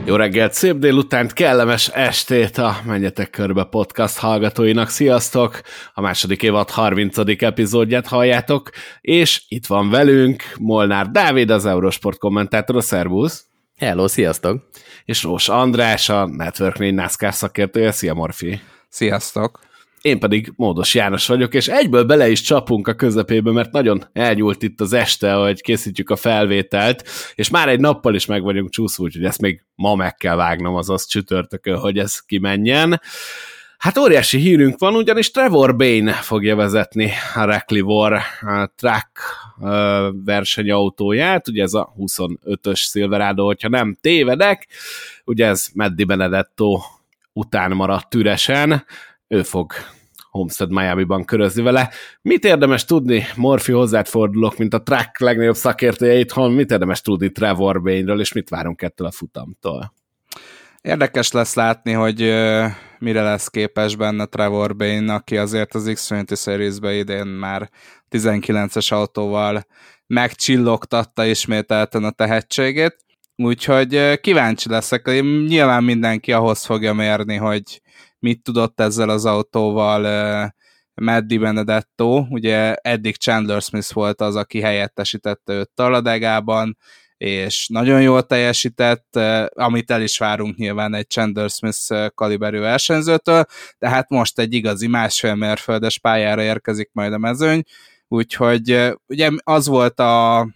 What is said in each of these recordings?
Jó reggelt, szép délutánt, kellemes estét a Menjetek Körbe podcast hallgatóinak. Sziasztok! A második évad 30. epizódját halljátok, és itt van velünk Molnár Dávid, az Eurosport kommentátor, a szervusz! Hello, sziasztok! És Rós András, a Network 4 NASCAR szakértője. Szia, Morfi! Sziasztok! Én pedig Módos János vagyok, és egyből bele is csapunk a közepébe, mert nagyon elnyúlt itt az este, hogy készítjük a felvételt, és már egy nappal is meg vagyunk csúszva, úgyhogy ezt még ma meg kell vágnom, azaz csütörtökön, hogy ez kimenjen. Hát óriási hírünk van, ugyanis Trevor Bayne fogja vezetni a Reclivor Truck versenyautóját, ugye ez a 25-ös Silverado, hogyha nem tévedek, ugye ez Matt DiBenedetto után maradt üresen, ő fog Homestead Miami-ban körözni vele. Mit érdemes tudni, Morfi, hozzád fordulok, mint a Truck legnagyobb szakértője itthon, mit érdemes tudni Trevor Bayne-ről, és mit várunk ettől a futamtól? Érdekes lesz látni, hogy mire lesz képes benne Trevor Bayne, aki azért az Xfinity Series-be idén már 19-es autóval megcsillogtatta ismételten a tehetségét, úgyhogy kíváncsi leszek. Nyilván mindenki ahhoz fogja mérni, hogy mit tudott ezzel az autóval Matt DiBenedetto, ugye eddig Chandler Smith volt az, aki helyettesítette őt Talladegában, és nagyon jól teljesített, amit el is várunk nyilván egy Chandler Smith kaliberű versenyzőtől, de hát most egy igazi másfél mérföldes pályára érkezik majd a mezőny, úgyhogy ugye az volt a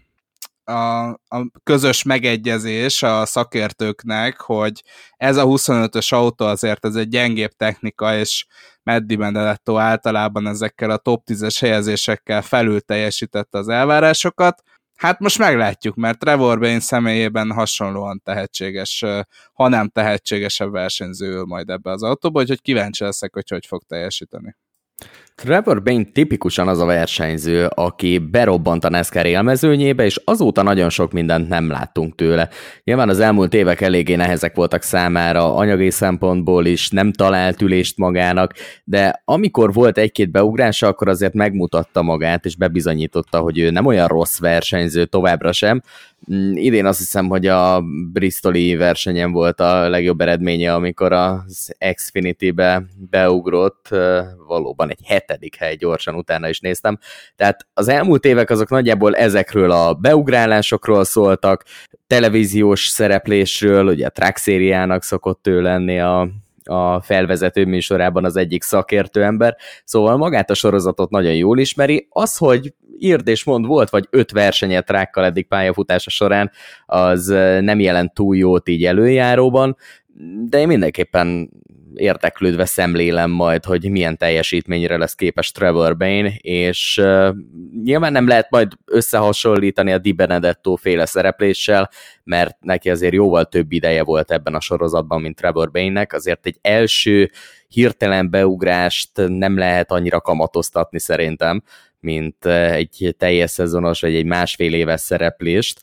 közös megegyezés a szakértőknek, hogy ez a 25-ös autó azért ez egy gyengébb technika, és Matt DiBenedetto általában ezekkel a top 10-es helyezésekkel felül teljesítette az elvárásokat. Hát most meglátjuk, mert Trevor Bayne személyében hasonlóan tehetséges, ha nem tehetségesebb versenyző ül majd ebbe az autóba, úgyhogy kíváncsi leszek, hogy fog teljesíteni. Trevor Bayne tipikusan az a versenyző, aki berobbant a NASCAR élmezőnyébe, és azóta nagyon sok mindent nem láttunk tőle. Nyilván az elmúlt évek eléggé nehezek voltak számára, anyagi szempontból is, nem talált ülést magának, de amikor volt egy-két beugrása, akkor azért megmutatta magát, és bebizonyította, hogy ő nem olyan rossz versenyző továbbra sem. Idén azt hiszem, hogy a bristoli versenyen volt a legjobb eredménye, amikor az Xfinity-be beugrott, valóban egy 7. hely, gyorsan utána is néztem. Tehát az elmúlt évek azok nagyjából ezekről a beugrálásokról szóltak, televíziós szereplésről, ugye a Truck szériának szokott ő lenni a felvezető műsorában az egyik szakértő ember, szóval magát a sorozatot nagyon jól ismeri. Az, hogy írd és mond, volt vagy 5 versenyet Truckkal eddig pályafutása során, az nem jelent túl jót így előjáróban, de én mindenképpen érdeklődve szemlélem majd, hogy milyen teljesítményre lesz képes Trevor Bayne, és nyilván nem lehet majd összehasonlítani a DiBenedetto féle szerepléssel, mert neki azért jóval több ideje volt ebben a sorozatban, mint Trevor Bayne-nek, azért egy első hirtelen beugrást nem lehet annyira kamatoztatni szerintem, mint egy teljes szezonos vagy egy másfél éves szereplést,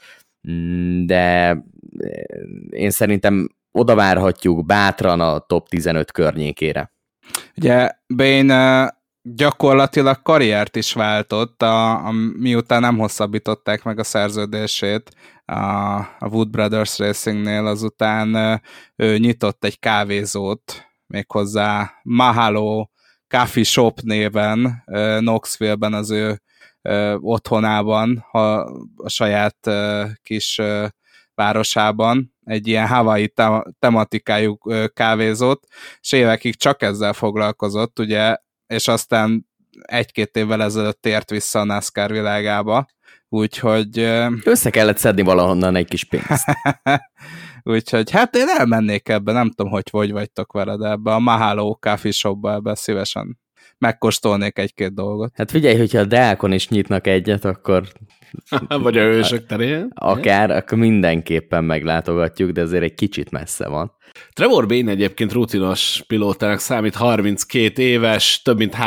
de én szerintem oda várhatjuk bátran a top 15 környékére. Ugye Bayne gyakorlatilag karriert is váltott, miután nem hosszabbították meg a szerződését a Wood Brothers Racingnél, azután ő nyitott egy kávézót, méghozzá Mahalo Coffee Shop néven Knoxville-ben, az ő otthonában, a saját kis városában, egy ilyen Hawaii tematikájú kávézót, és évekig csak ezzel foglalkozott, ugye, és aztán 1-2 évvel ezelőtt tért vissza a NASCAR világába, úgyhogy... Össze kellett szedni valahonnan egy kis pénzt. Úgyhogy hát én elmennék ebbe, nem tudom, hogy vagytok vele, de ebbe a Mahalo Coffee Shopba ebbe szívesen megkóstolnék 1-2 dolgot. Hát figyelj, hogyha a Deákon is nyitnak egyet, akkor... Vagy a Hősök terén. Akár, akkor mindenképpen meglátogatjuk, de azért egy kicsit messze van. Trevor Bayne egyébként rutinos pilótának számít, 32 éves, több mint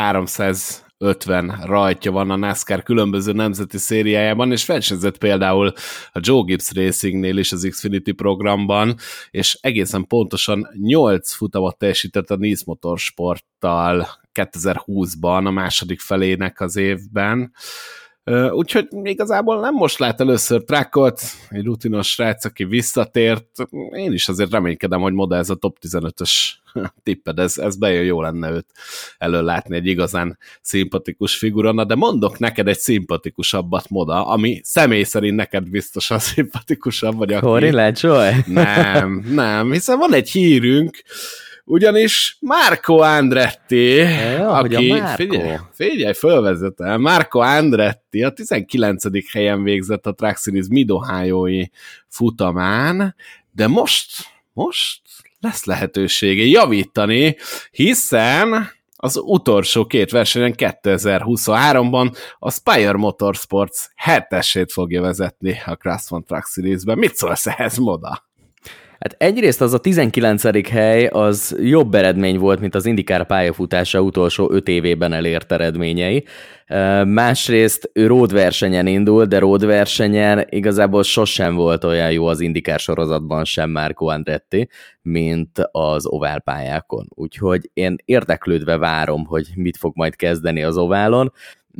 350 rajtja van a NASCAR különböző nemzeti szériájában, és versenyzett például a Joe Gibbs Racingnél is az Xfinity programban, és egészen pontosan 8 futamot teljesített a Nice Motorsporttal 2020-ban, a második felének az évben. Úgyhogy igazából nem most lát először trackot, egy rutinos srác, aki visszatért. Én is azért reménykedem, hogy Moda ez a top 15-ös tipped, ez bejön, jó lenne őt előlátni, egy igazán szimpatikus figura. Na, de mondok neked egy szimpatikusabbat, Moda, ami személy szerint neked biztosan szimpatikusabb, vagy aki... Cory LaJoie? Nem, hiszen van egy hírünk, ugyanis Marco Andretti, aki, figyelj, fölvezetem, Marco Andretti a 19. helyen végzett a Track Series Mid-Ohio-i futamán, de most lesz lehetősége javítani, hiszen az utolsó 2 versenyen 2023-ban a Spire Motorsports 7-esét fogja vezetni a Class 1 Truck Series-ben. Mit szólsz ehhez, Moda? Hát egyrészt az a 19. hely az jobb eredmény volt, mint az IndyCar pályafutása utolsó 5 évében elért eredményei. Másrészt ő roadversenyen indul, de roadversenyen igazából sosem volt olyan jó az IndyCar sorozatban sem Marco Andretti, mint az oválpályákon. Úgyhogy én érdeklődve várom, hogy mit fog majd kezdeni az oválon.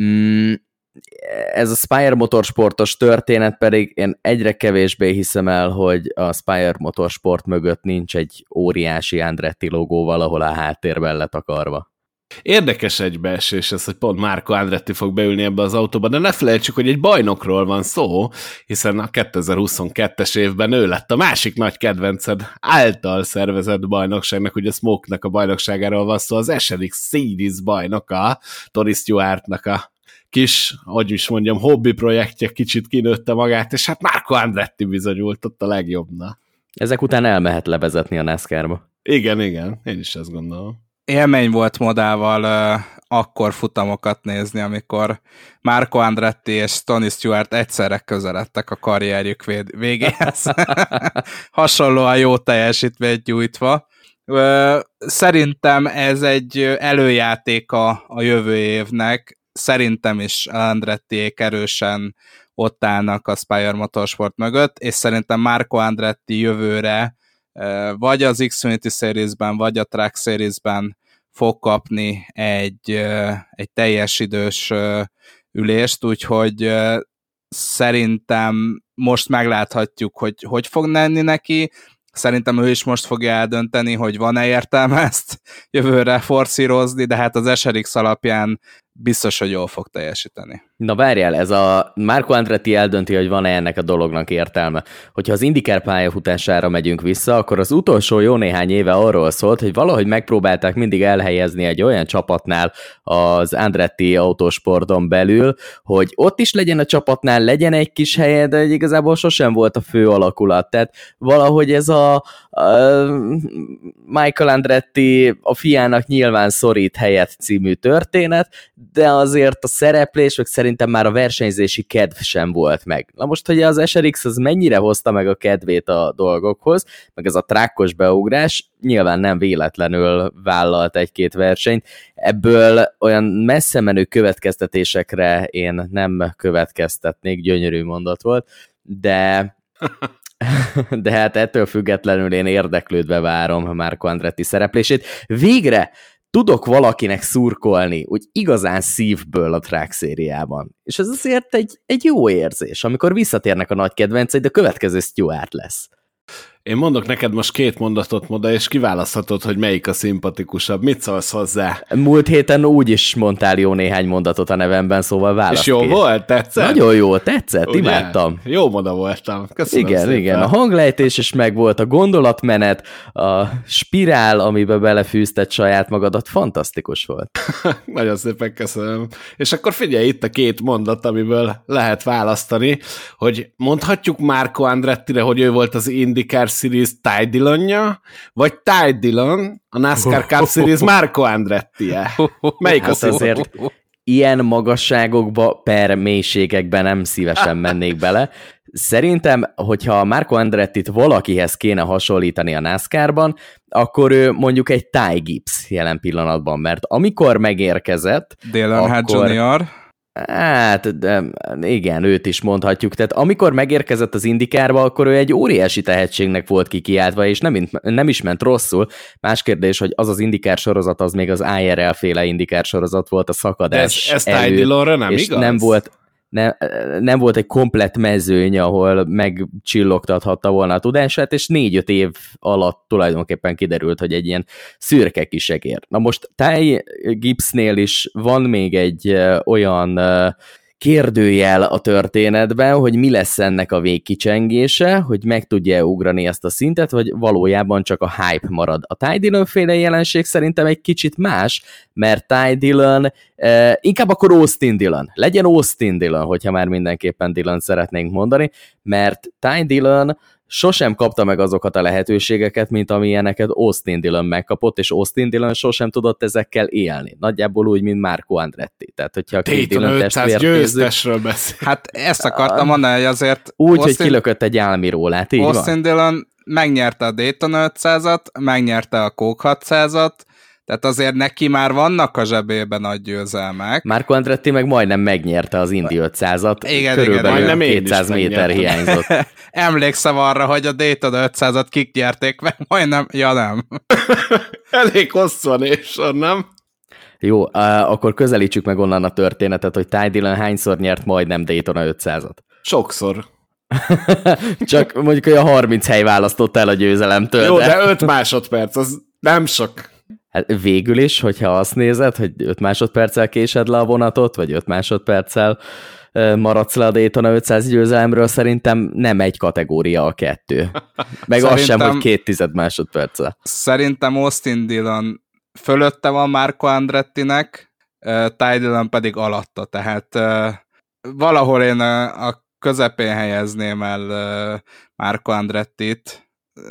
Ez a Spire Motorsportos történet pedig én egyre kevésbé hiszem el, hogy a Spire Motorsport mögött nincs egy óriási Andretti logó valahol a háttérben letakarva. Érdekes egybeesés ez, hogy pont Marco Andretti fog beülni ebbe az autóba, de ne felejtsük, hogy egy bajnokról van szó, hiszen a 2022-es évben ő lett a másik nagy kedvenced által szervezett bajnokságnak, ugye Smoke-nak a bajnokságáról van szó, az Eserik Series bajnoka, Tony Stewartnak a kis, hogy is mondjam, hobbi projektje kicsit kinőtte magát, és hát Marco Andretti bizonyult ott a legjobbnak. Ezek után elmehet levezetni a NASCAR-ba. Igen, én is ezt gondolom. Élmény volt Modával akkor futamokat nézni, amikor Marco Andretti és Tony Stewart egyszerre közeledtek a karrierjük végéhez. Hasonlóan jó teljesítményt nyújtva. Szerintem ez egy előjáték a jövő évnek. Szerintem is Andrettiék erősen ott állnak a Spire Motorsport mögött, és szerintem Marco Andretti jövőre vagy az Xfinity Series-ben, vagy a Track Series-ben fog kapni egy teljes idős ülést, úgyhogy szerintem most megláthatjuk, hogy fog lenni neki. Szerintem ő is most fogja eldönteni, hogy van-e értelme ezt jövőre forszírozni, de hát az SRX alapján biztos, hogy jól fog teljesíteni. Na várjál, ez a Marco Andretti eldönti, hogy van-e ennek a dolognak értelme. Hogyha az IndyCar pályafutására megyünk vissza, akkor az utolsó jó néhány éve arról szólt, hogy valahogy megpróbálták mindig elhelyezni egy olyan csapatnál az Andretti autósporton belül, hogy ott is legyen a csapatnál, legyen egy kis helye, de igazából sosem volt a fő alakulat. Tehát valahogy ez a Michael Andretti a fiának nyilván szorít helyet című történet, de azért a szereplés, vagy szerintem már a versenyzési kedv sem volt meg. Na most, hogy az SRX az mennyire hozta meg a kedvét a dolgokhoz, meg ez a trákkos beugrás, nyilván nem véletlenül vállalt egy-két versenyt. Ebből olyan messze menő következtetésekre én nem következtetnék, gyönyörű mondat volt, de hát ettől függetlenül én érdeklődve várom Marco Andretti szereplését. Végre tudok valakinek szurkolni, úgy igazán szívből a Track szériában. És ez azért egy jó érzés, amikor visszatérnek a nagy kedvenceid, de a következő Stewart lesz. Én mondok neked most 2 mondatot, Moda, és kiválaszthatod, hogy melyik a szimpatikusabb. Mit szólsz hozzá? Múlt héten úgy is mondtál jó néhány mondatot a nevemben, szóval válasz. És jó volt? Tetszett? Nagyon jó, tetszett, ugye? Imádtam. Jó Moda voltam. Köszönöm szépen. Igen, a hanglejtés is megvolt, a gondolatmenet, a spirál, amiben belefűzted saját magadat, fantasztikus volt. Nagyon szépen köszönöm. És akkor figyelj, itt a 2 mondat, amiből lehet választani, hogy mondhatjuk Marco Andrettire, hogy ő volt az IndyCar Series Ty Dillonja, vagy Ty Dillon a NASCAR Cup Series Marco Andretti-je. Melyik hát az azért ilyen magasságokba per mélységekben nem szívesen mennék bele. Szerintem, hogyha Marco Andrettit valakihez kéne hasonlítani a NASCAR-ban, akkor ő mondjuk egy Ty Gibbs jelen pillanatban, mert amikor megérkezett, Dale Earnhardt Jr. Hát, de igen, őt is mondhatjuk. Tehát amikor megérkezett az IndyCarba, akkor ő egy óriási tehetségnek volt kikiáltva, és nem is ment rosszul. Más kérdés, hogy az IndyCar sorozat, az még az IRL-féle IndyCar sorozat volt, a szakadás ez Ty Dillonra nem és igaz? nem volt. nem volt egy komplett mezőny, ahol megcsillogtathatta volna a tudását, és 4-5 év alatt tulajdonképpen kiderült, hogy egy ilyen szürke kisegér. Na most Ty Gibbsnél is van még egy olyan kérdőjel a történetben, hogy mi lesz ennek a végkicsengése, hogy meg tudja ugrani ezt a szintet, vagy valójában csak a hype marad. A Ty Dillon féle jelenség szerintem egy kicsit más, mert Ty Dillon, inkább akkor Austin Dillon. Legyen Austin Dillon, hogyha már mindenképpen Dillon szeretnénk mondani, mert Ty Dillon sosem kapta meg azokat a lehetőségeket, mint amilyeneket Austin Dillon megkapott, és Austin Dillon sosem tudott ezekkel élni. Nagyjából úgy, mint Marco Andretti. Tehát, hogyha a két Dillon testvért győztesről beszél. Hát ezt akartam mondani, hogy azért... Úgy, hogy kilökött egy álmirólát, így Austin Dillon megnyerte a Daytona 500-at, megnyerte a Coke 600-at, tehát azért neki már vannak a zsebében nagy győzelmek. Marco Andretti meg majdnem megnyerte az Indy 500-at, igen, körülbelül igen, 200 méter hiányzott. Emlékszem arra, hogy a Daytona 500-at kik nyerték meg, majdnem, ja nem. Elég hosszú a névsor, nem? Jó, akkor közelítsük meg onnan a történetet, hogy Ty Dillon hányszor nyert majdnem Daytona 500-at. Sokszor. Csak mondjuk, hogy a 30 hely választott el a győzelemtől. Jó, de 5 másodperc, az nem sok. Hát végül is, hogyha azt nézed, hogy 5 másodperccel késed le a vonatot, vagy 5 másodperccel maradsz le a Daytona 500 győzelemről, szerintem nem egy kategória a kettő. Meg az sem, hogy 2 másodperccel. Szerintem Austin Dillon fölötte van Marco Andrettinek, Ty Dillon pedig alatta, tehát valahol én a közepén helyezném el Marco Andrettit.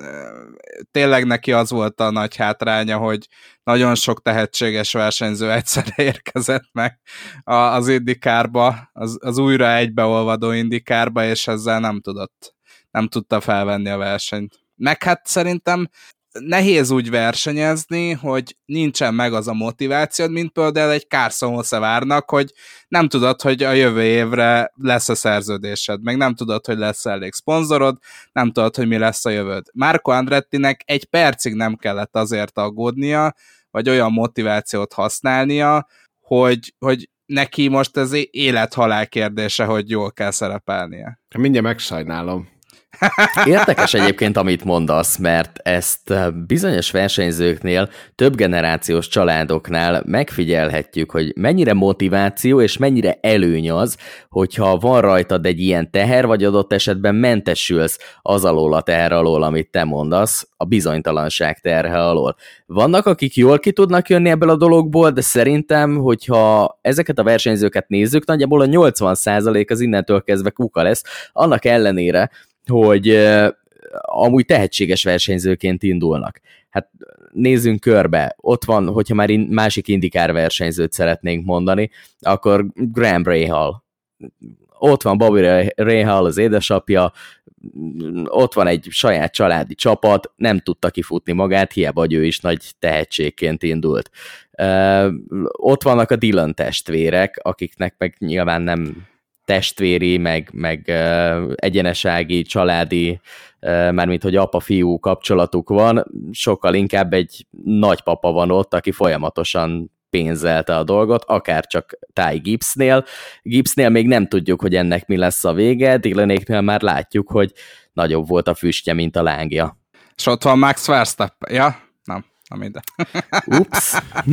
Tényleg neki az volt a nagy hátránya, hogy nagyon sok tehetséges versenyző egyszerre érkezett meg az IndyCarba, az újra egybeolvadó IndyCarba, és ezzel nem tudta felvenni a versenyt. Meg hát szerintem nehéz úgy versenyezni, hogy nincsen meg az a motivációd, mint például egy Carson Hocevarnak, hogy nem tudod, hogy a jövő évre lesz a szerződésed, meg nem tudod, hogy lesz elég szponzorod, nem tudod, hogy mi lesz a jövőd. Marco Andrettinek egy percig nem kellett azért aggódnia, vagy olyan motivációt használnia, hogy neki most ez élet-halál kérdése, hogy jól kell szerepelnie. Mindjárt megsajnálom. Érdekes egyébként, amit mondasz, mert ezt bizonyos versenyzőknél, több generációs családoknál megfigyelhetjük, hogy mennyire motiváció és mennyire előny az, hogyha van rajtad egy ilyen teher, vagy adott esetben mentesülsz az alól a teher alól, amit te mondasz, a bizonytalanság terhe alól. Vannak, akik jól ki tudnak jönni ebből a dologból, de szerintem, hogyha ezeket a versenyzőket nézzük, nagyjából a 80% az innentől kezdve kuka lesz, annak ellenére, hogy amúgy tehetséges versenyzőként indulnak. Hát nézzünk körbe, ott van, hogyha már másik IndyCar versenyzőt szeretnénk mondani, akkor Graham Rahal. Ott van Bobby Rahal, az édesapja, ott van egy saját családi csapat, nem tudta kifutni magát, hiába, hogy ő is nagy tehetségként indult. Ott vannak a Dillon testvérek, akiknek meg nyilván nem testvéri, meg egyenesági, családi, mármint hogy apa-fiú kapcsolatuk van, sokkal inkább egy nagypapa van ott, aki folyamatosan pénzelte a dolgot, akár csak Ty Gibbsnél. Gibbsnél még nem tudjuk, hogy ennek mi lesz a vége, Dillonéknél már látjuk, hogy nagyobb volt a füstje, mint a lángja. És ott van Max Verstappen. Ja? Nem ide. Ups.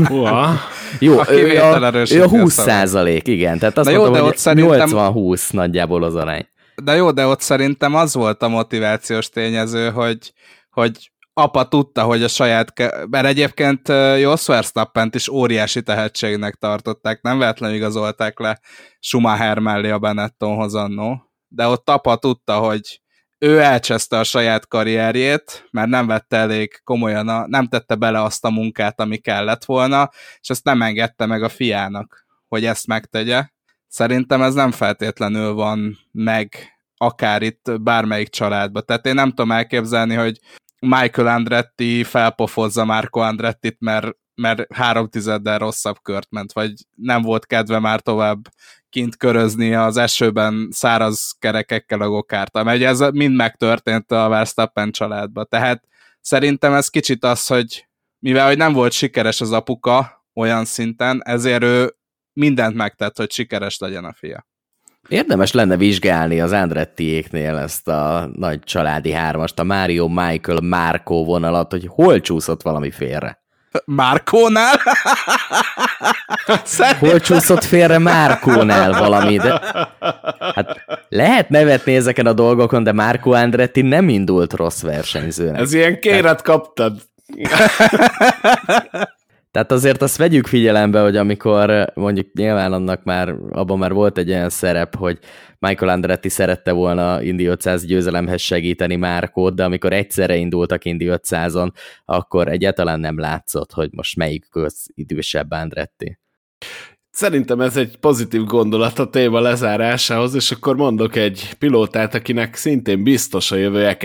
Jó, ő a 20%, igen. Tehát azt mondtam, hogy 80-20 nagyjából az arány. De jó, de ott szerintem az volt a motivációs tényező, hogy apa tudta, hogy a saját... Mert egyébként Jos Verstappent is óriási tehetségnek tartották, nem véletlenül igazolták le Schumacher mellé a Benettonhoz annó, de ott apa tudta, hogy ő elcseszte a saját karrierjét, mert nem vette elég komolyan, nem tette bele azt a munkát, ami kellett volna, és ezt nem engedte meg a fiának, hogy ezt megtegye. Szerintem ez nem feltétlenül van meg akár itt bármelyik családban. Tehát én nem tudom elképzelni, hogy Michael Andretti felpofozza Marco Andrettit, mert 3/10 rosszabb kört ment, vagy nem volt kedve már tovább kint körözni az esőben száraz kerekekkel a gokártal, mert ez mind megtörtént a Verstappen családban. Tehát szerintem ez kicsit az, hogy mivel hogy nem volt sikeres az apuka olyan szinten, ezért ő mindent megtett, hogy sikeres legyen a fia. Érdemes lenne vizsgálni az Andrettiéknél ezt a nagy családi hármast, a Mario, Michael, Marco vonalat, hogy hol csúszott valami félre. Markónál? Hol csúszott félre Markónál valami, de hát lehet nevetni ezeken a dolgokon, de Marco Andretti nem indult rossz versenyzőnek. Ez ilyen kéret kaptad. Tehát azért azt vegyük figyelembe, hogy amikor mondjuk nyilván abban már volt egy olyan szerep, hogy Michael Andretti szerette volna Indy 500 győzelemhez segíteni Marcót, de amikor egyszerre indultak Indy 500-on, akkor egyáltalán nem látszott, hogy most melyik idősebb Andretti. Szerintem ez egy pozitív gondolat a téma lezárásához, és akkor mondok egy pilótát, akinek szintén biztos a jövője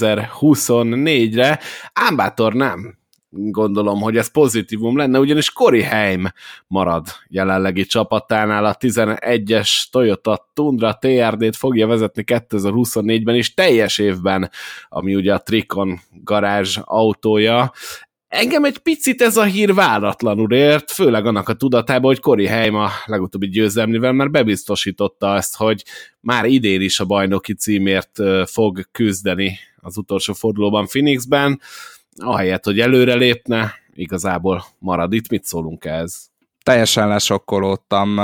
2024-re, ám bátor nem. Gondolom, hogy ez pozitívum lenne, ugyanis Corey Haim marad jelenlegi csapatánál, a 11-es Toyota Tundra TRD-t fogja vezetni 2024-ben is, teljes évben, ami ugye a Tricon garázs autója. Engem egy picit ez a hír váratlanul ért, főleg annak a tudatában, hogy Corey Haim a legutóbbi győzelmével már bebiztosította azt, hogy már idén is a bajnoki címért fog küzdeni az utolsó fordulóban Phoenixben, ahelyett, hogy előre lépne, igazából marad itt. Mit szólunk ez? Teljesen lesokkolódtam.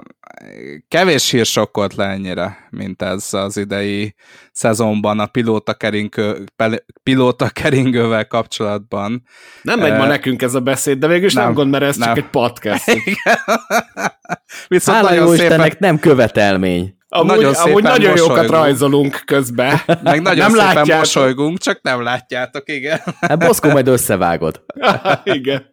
Kevés hír sokkolt le ennyire, mint ez az idei szezonban a pilóta keringővel kapcsolatban. Nem megy ma nekünk ez a beszéd, de végülis nem gond, mert ez csak egy podcast. Viszont hála jó Istennek nem követelmény. Amúgy nagyon jókat rajzolunk közben. Meg nagyon nem szépen látjátok. Mosolygunk, csak nem látjátok, igen. Hát Boszkó majd összevágod. Igen.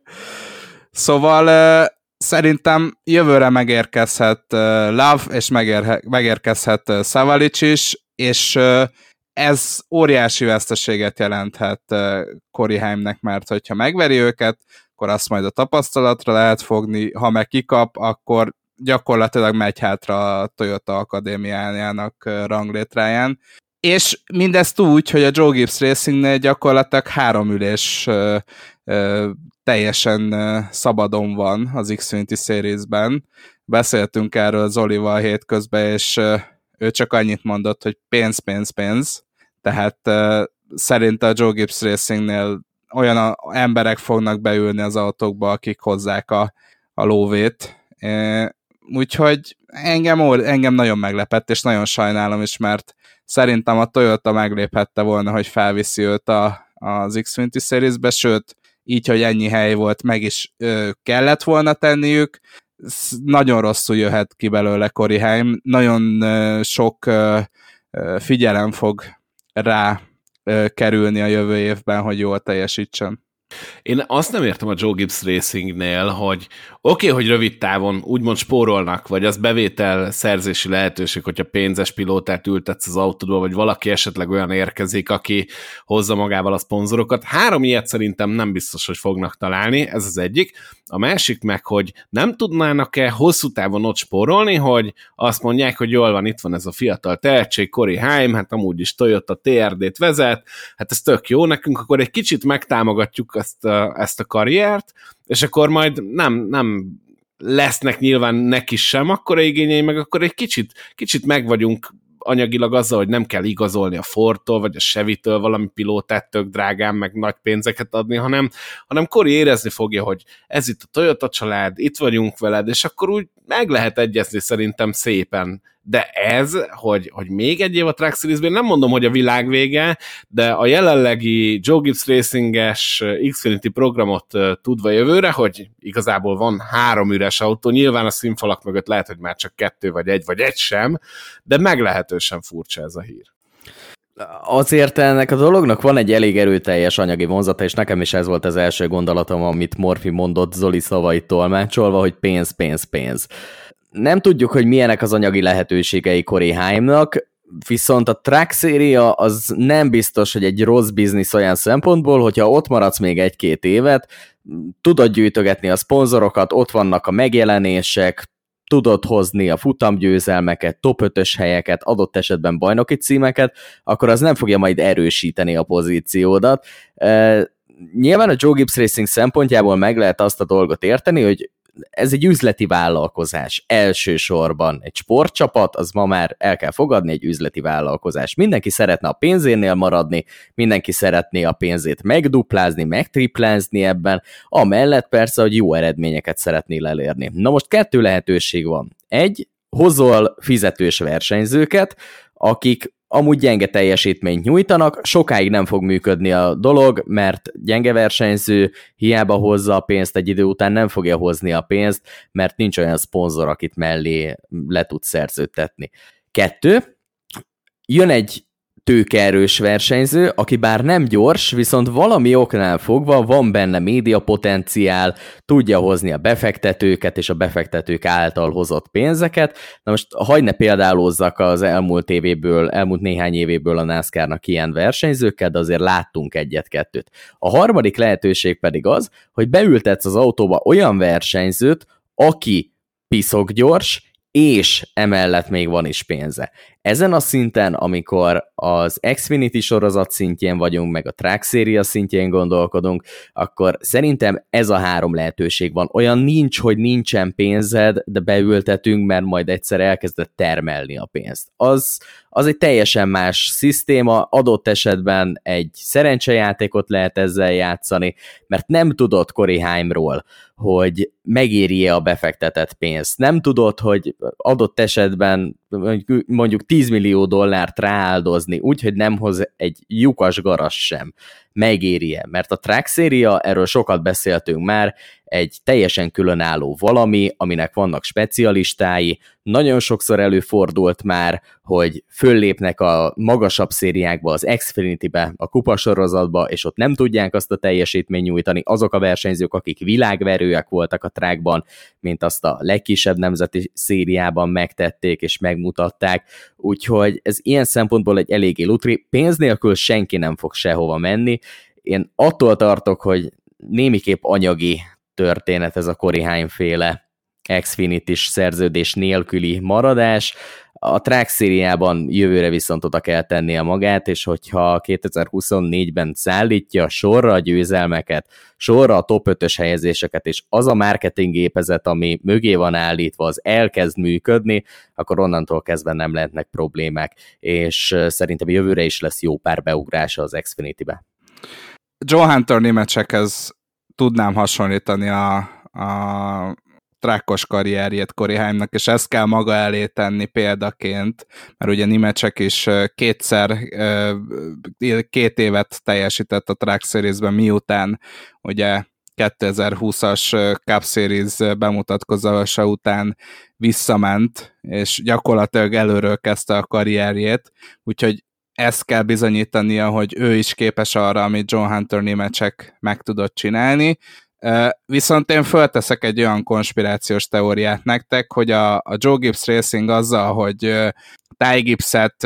Szóval szerintem jövőre megérkezhet Love, és megérkezhet Savalic is, és ez óriási veszteséget jelenthet Corey Haimnek, mert hogyha megveri őket, akkor azt majd a tapasztalatra lehet fogni, ha meg kikap, akkor gyakorlatilag megy hátra a Toyota Akadémiájának ranglétráján. És mindezt úgy, hogy a Joe Gibbs Racingnél gyakorlatilag 3 ülés teljesen szabadon van az Xfinity Series-ben. Beszéltünk erről Zolival hétközben, és ő csak annyit mondott, hogy pénz. Tehát szerint a Joe Gibbs Racingnél olyan emberek fognak beülni az autókba, akik hozzák a lóvét. Úgyhogy engem nagyon meglepett, és nagyon sajnálom is, mert szerintem a Toyota megléphette volna, hogy felviszi őt az Xfinity Series-be, sőt, így, hogy ennyi hely volt, meg is kellett volna tenniük. Nagyon rosszul jöhet ki belőle Corey Haim, nagyon sok figyelem fog rá kerülni a jövő évben, hogy jól teljesítsen. Én azt nem értem a Joe Gibbs Racingnél, hogy oké, hogy rövid távon úgymond spórolnak, vagy az bevétel szerzési lehetőség, hogyha pénzes pilótát ültetsz az autódba, vagy valaki esetleg olyan érkezik, aki hozza magával a szponzorokat. 3 ilyet szerintem nem biztos, hogy fognak találni, ez az egyik. A másik meg, hogy nem tudnának-e hosszú távon ott spórolni, hogy azt mondják, hogy jól van, itt van ez a fiatal tehetség, Corey Haim, hát amúgy is Toyota TRD-t vezet, hát ez tök jó nekünk, akkor egy kicsit megtámogatjuk ezt a karriert, és akkor majd nem lesznek nyilván neki sem akkora igényei, meg akkor egy kicsit meg vagyunk anyagilag azzal, hogy nem kell igazolni a Fordtól, vagy a Chevy-től valami pilótát tök drágán, meg nagy pénzeket adni, hanem Corey érezni fogja, hogy ez itt a Toyota család, itt vagyunk veled, és akkor úgy meg lehet egyezni szerintem szépen. De ez, hogy még egy év a Truck Series-ben, nem mondom, hogy a világ vége, de a jelenlegi Joe Gibbs Racing-es Xfinity programot tudva jövőre, hogy igazából van 3 üres autó, nyilván a színfalak mögött lehet, hogy már csak 2 vagy egy sem, de meglehetősen furcsa ez a hír. Azért ennek a dolognak van egy elég erőteljes anyagi vonzata, és nekem is ez volt az első gondolatom, amit Morfi mondott Zoli szavait tolmácsolva, hogy pénz. Nem tudjuk, hogy milyenek az anyagi lehetőségei Corey Haimnak, viszont a Truck Series az nem biztos, hogy egy rossz biznisz olyan szempontból, hogyha ott maradsz még 1-2 évet, tudod gyűjtögetni a szponzorokat, ott vannak a megjelenések, tudod hozni a futamgyőzelmeket, top 5-ös helyeket, adott esetben bajnoki címeket, akkor az nem fogja majd erősíteni a pozíciódat. Nyilván a Joe Gibbs Racing szempontjából meg lehet azt a dolgot érteni, hogy ez egy üzleti vállalkozás elsősorban. Egy sportcsapat, az ma már el kell fogadni, egy üzleti vállalkozás. Mindenki szeretne a pénzénél maradni, mindenki szeretné a pénzét megduplázni, megtriplázni ebben, amellett persze, hogy jó eredményeket szeretnél elérni. Na most 2 lehetőség van. Egy, hozol fizetős versenyzőket, akik amúgy gyenge teljesítményt nyújtanak, sokáig nem fog működni a dolog, mert gyenge versenyző hiába hozza a pénzt, egy idő után nem fogja hozni a pénzt, mert nincs olyan szponzor, akit mellé le tud szerződtetni. 2. Jön egy tőkeerős versenyző, aki bár nem gyors, viszont valami oknál fogva van benne médiapotenciál, tudja hozni a befektetőket és a befektetők által hozott pénzeket. Na most hagyj ne példálózzak az elmúlt néhány évéből a NASCAR-nak ilyen versenyzőkkel, de azért láttunk 1-2. A harmadik lehetőség pedig az, hogy beültetsz az autóba olyan versenyzőt, aki piszok gyors, és emellett még van is pénze. Ezen a szinten, amikor az Xfinity sorozat szintjén vagyunk, meg a Truck Series szintjén gondolkodunk, akkor szerintem ez a 3 lehetőség van. Olyan nincs, hogy nincsen pénzed, de beültetünk, mert majd egyszer elkezded termelni a pénzt. Az egy teljesen más szisztéma, adott esetben egy szerencsejátékot lehet ezzel játszani, mert nem tudod Corey Haimról, hogy megéri-e a befektetett pénzt. Nem tudod, hogy adott esetben mondjuk $10 millió rááldozni, úgyhogy nem hoz egy lyukas garas sem. Megéri-e? Mert a Truck Series, erről sokat beszéltünk már, egy teljesen különálló valami, aminek vannak specialistái. Nagyon sokszor előfordult már, hogy föllépnek a magasabb szériákba, az Xfinity-be, a kupasorozatba, és ott nem tudják azt a teljesítményt nyújtani azok a versenyzők, akik világverőek voltak a trackban, mint azt a legkisebb nemzeti szériában megtették és megmutatták. Úgyhogy ez ilyen szempontból egy eléggé lutri. Pénz nélkül senki nem fog sehova menni. Én attól tartok, hogy némiképp anyagi történet ez a Corey Haim-féle Xfinity-s szerződés nélküli maradás. A Truck Series-ban jövőre viszont oda kell tennie magát, és hogyha 2024-ben szállítja sorra a győzelmeket, sorra a top 5-ös helyezéseket, és az a marketing gépezet, ami mögé van állítva, az elkezd működni, akkor onnantól kezdve nem lehetnek problémák, és szerintem jövőre is lesz jó pár beugrása az Xfinity-be. Joe Hunter németsekhez tudnám hasonlítani a trákkos karrierjét Corey Haimnak, és ezt kell maga elé tenni példaként, mert ugye Nemecek is 2 évet teljesített a Truck Series-ben, miután ugye 2020-as Cup Series bemutatkozása után visszament, és gyakorlatilag előről kezdte a karrierjét, úgyhogy ezt kell bizonyítania, hogy ő is képes arra, amit John Hunter Nemecek meg tudott csinálni. Viszont én fölteszek egy olyan konspirációs teóriát nektek, hogy a Joe Gibbs Racing azzal, hogy Ty Gibbset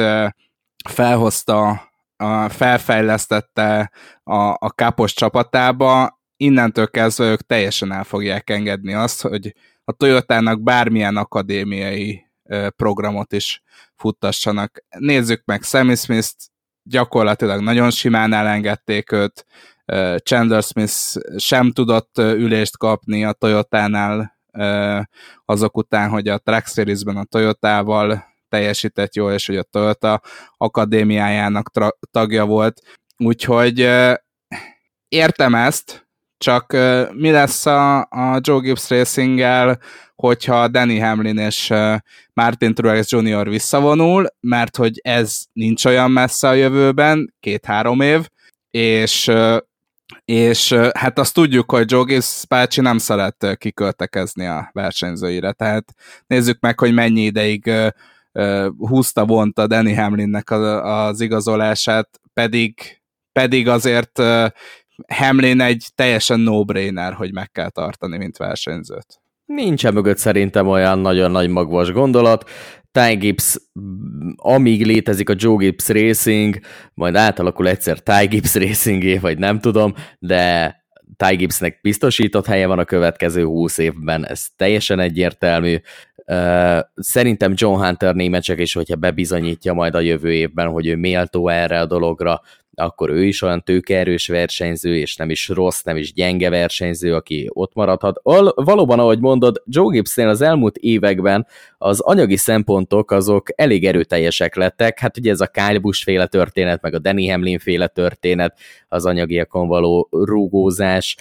felfejlesztette a Cupos csapatába, innentől kezdve ők teljesen el fogják engedni azt, hogy a Toyotának bármilyen akadémiai programot is futtassanak. Nézzük meg Sammy Smith-t, gyakorlatilag nagyon simán elengedték őt, Chandler Smith sem tudott ülést kapni a Toyotánál azok után, hogy a Truck Series-ben a Toyotával teljesített jól, és hogy a Toyota akadémiájának tagja volt. Úgyhogy értem ezt, csak mi lesz a Joe Gibbs Racing-gel, hogyha Denny Hamlin és Martin Truex Jr. visszavonul, mert hogy ez nincs olyan messze a jövőben, 2-3 év, és hát azt tudjuk, hogy Joe Gibbs bácsi nem szeret kiköltekezni a versenyzőire, tehát nézzük meg, hogy mennyi ideig vonta Denny Hamlinnek az igazolását, pedig azért Hamlin egy teljesen no-brainer, hogy meg kell tartani, mint versenyzőt. Nincsen mögött szerintem olyan nagyon nagy magvas gondolat. Ty Gibbs, amíg létezik a Joe Gibbs Racing, majd átalakul egyszer Ty Gibbs Racingé, vagy nem tudom, de Ty Gibbsnek biztosított helye van a következő 20 évben, ez teljesen egyértelmű. Szerintem John Hunter Nemecek is, hogyha bebizonyítja majd a jövő évben, hogy ő méltó erre a dologra, akkor ő is olyan tőkeerős versenyző, és nem is rossz, nem is gyenge versenyző, aki ott maradhat. Valóban, ahogy mondod, Joe Gibbsnél az elmúlt években az anyagi szempontok azok elég erőteljesek lettek. Hát ugye ez a Kyle Busch féle történet, meg a Denny Hamlin féle történet, az anyagiakon való rúgózás.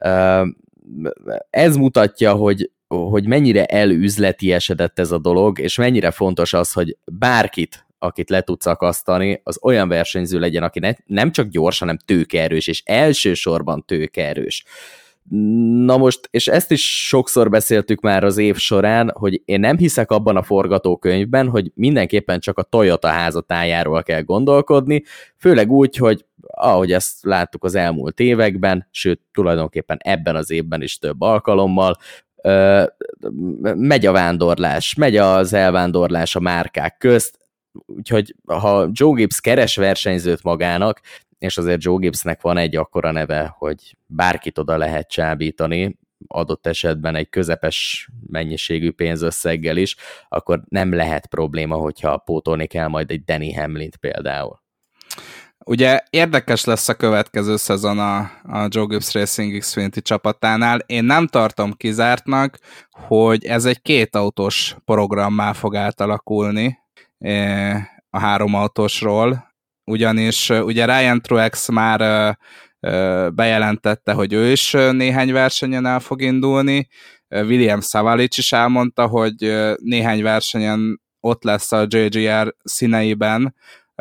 Ez mutatja, hogy mennyire elüzletiesedett ez a dolog, és mennyire fontos az, hogy bárkit, akit le tudsz akasztani, az olyan versenyző legyen, aki nem csak gyors, hanem tőkeerős, és elsősorban tőkeerős. Na most, és ezt is sokszor beszéltük már az év során, hogy én nem hiszek abban a forgatókönyvben, hogy mindenképpen csak a Toyota házatájáról kell gondolkodni, főleg úgy, hogy ahogy ezt láttuk az elmúlt években, sőt, tulajdonképpen ebben az évben is több alkalommal, megy a vándorlás, megy az elvándorlás a márkák közt, úgyhogy ha Joe Gibbs keres versenyzőt magának, és azért Joe Gibbsnek van egy akkora neve, hogy bárkit oda lehet csábítani, adott esetben egy közepes mennyiségű pénzösszeggel is, akkor nem lehet probléma, hogyha pótolni kell majd egy Denny Hamlint például. Ugye érdekes lesz a következő szezon a Joe Gibbs Racing Xfinity csapatánál. Én nem tartom kizártnak, hogy ez egy 2 autós programmá fog átalakulni a 3 autósról, ugyanis ugye Ryan Truex már bejelentette, hogy ő is néhány versenyen el fog indulni, William Savalic is elmondta, hogy néhány versenyen ott lesz a JGR színeiben,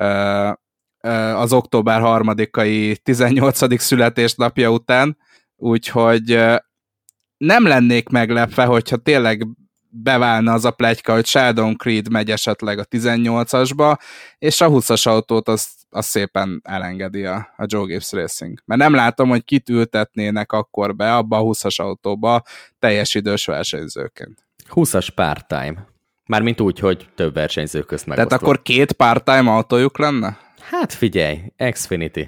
az október 3-ai 18. születésnapja után, úgyhogy nem lennék meglepve, hogyha tényleg beválna az a pletyka, hogy Sheldon Creed megy esetleg a 18-asba, és a 20-as autót azt szépen elengedi a Joe Gibbs Racing. Mert nem látom, hogy kit ültetnének akkor be abba a 20-as autóba teljes idős versenyzőként. 20-as part-time. Mármint úgy, hogy több versenyző közt megosztva. Tehát akkor 2 part-time autójuk lenne? Hát figyelj, Xfinity.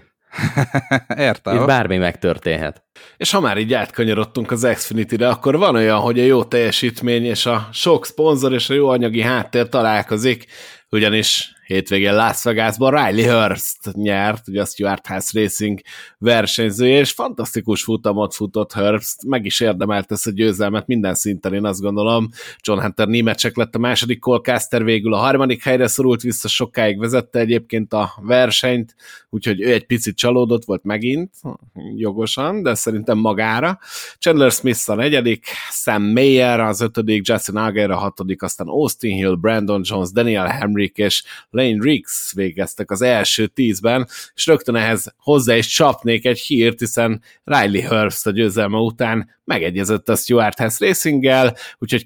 Értem. Itt bármi megtörténhet. És ha már így átkanyarodtunk az Xfinity-re, akkor van olyan, hogy a jó teljesítmény és a sok szponzor és a jó anyagi háttér találkozik, ugyanis hétvégén Las Vegasban Riley Herbst nyert, ugye a Stewart Haas Racing versenyzője, és fantasztikus futamot futott Herbst, meg is érdemelt ezt a győzelmet minden szinten, én azt gondolom. John Hunter Nemechek lett a második, Cole Custer végül a 3. helyre szorult vissza, sokáig vezette egyébként a versenyt, úgyhogy ő egy picit csalódott volt megint, jogosan, de szerintem magára. Chandler Smith a 4., Sam Mayer az 5., Justin Allgaier a 6., aztán Austin Hill, Brandon Jones, Daniel Hemrick és Lane Riggs végeztek az első 10-ben, és rögtön ehhez hozzá is csapnék egy hírt, hiszen Riley Herbst a győzelme után megegyezett a Stewart Haas Racinggel, úgyhogy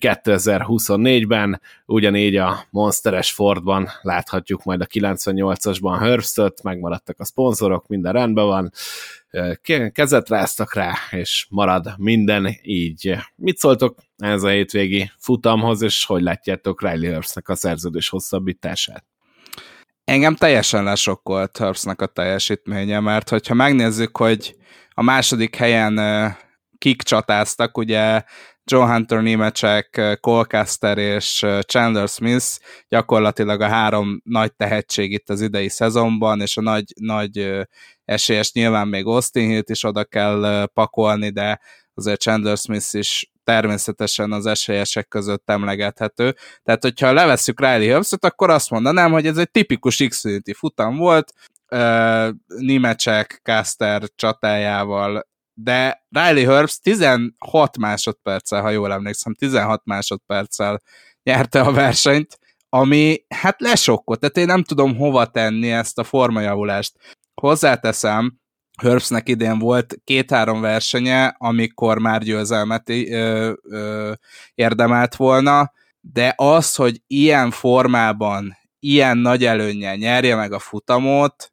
2024-ben ugyanígy a monsteres Fordban láthatjuk majd a 98-asban Herbstöt, megmaradtak a szponzorok, minden rendben van, kezet ráztak rá, és marad minden így. Mit szóltok ez a hétvégi futamhoz, és hogy látjátok Riley Herbstnek a szerződés hosszabbítását? Engem teljesen lesokkolt Herbstnek a teljesítménye, mert hogyha megnézzük, hogy a második helyen kik csatáztak, ugye John Hunter Nemechek, Cole Custer és Chandler Smith gyakorlatilag a 3 nagy tehetség itt az idei szezonban, és a nagy esélyes nyilván még Austin Hillt is oda kell pakolni, de azért Chandler Smith is természetesen az esélyesek között emlegethető. Tehát, hogyha levesszük Riley Herbstet, akkor azt mondanám, hogy ez egy tipikus Xfinity futam volt, Nemechek, Custer csatájával, de Riley Herbst 16 másodperccel, ha jól emlékszem, 16 másodperccel nyerte a versenyt, ami hát lesokkolt, tehát én nem tudom hova tenni ezt a formajavulást. Hozzáteszem, Herbstnek idén volt 2-3 versenye, amikor már győzelmet érdemelt volna, de az, hogy ilyen formában, ilyen nagy előnnyel nyerje meg a futamot,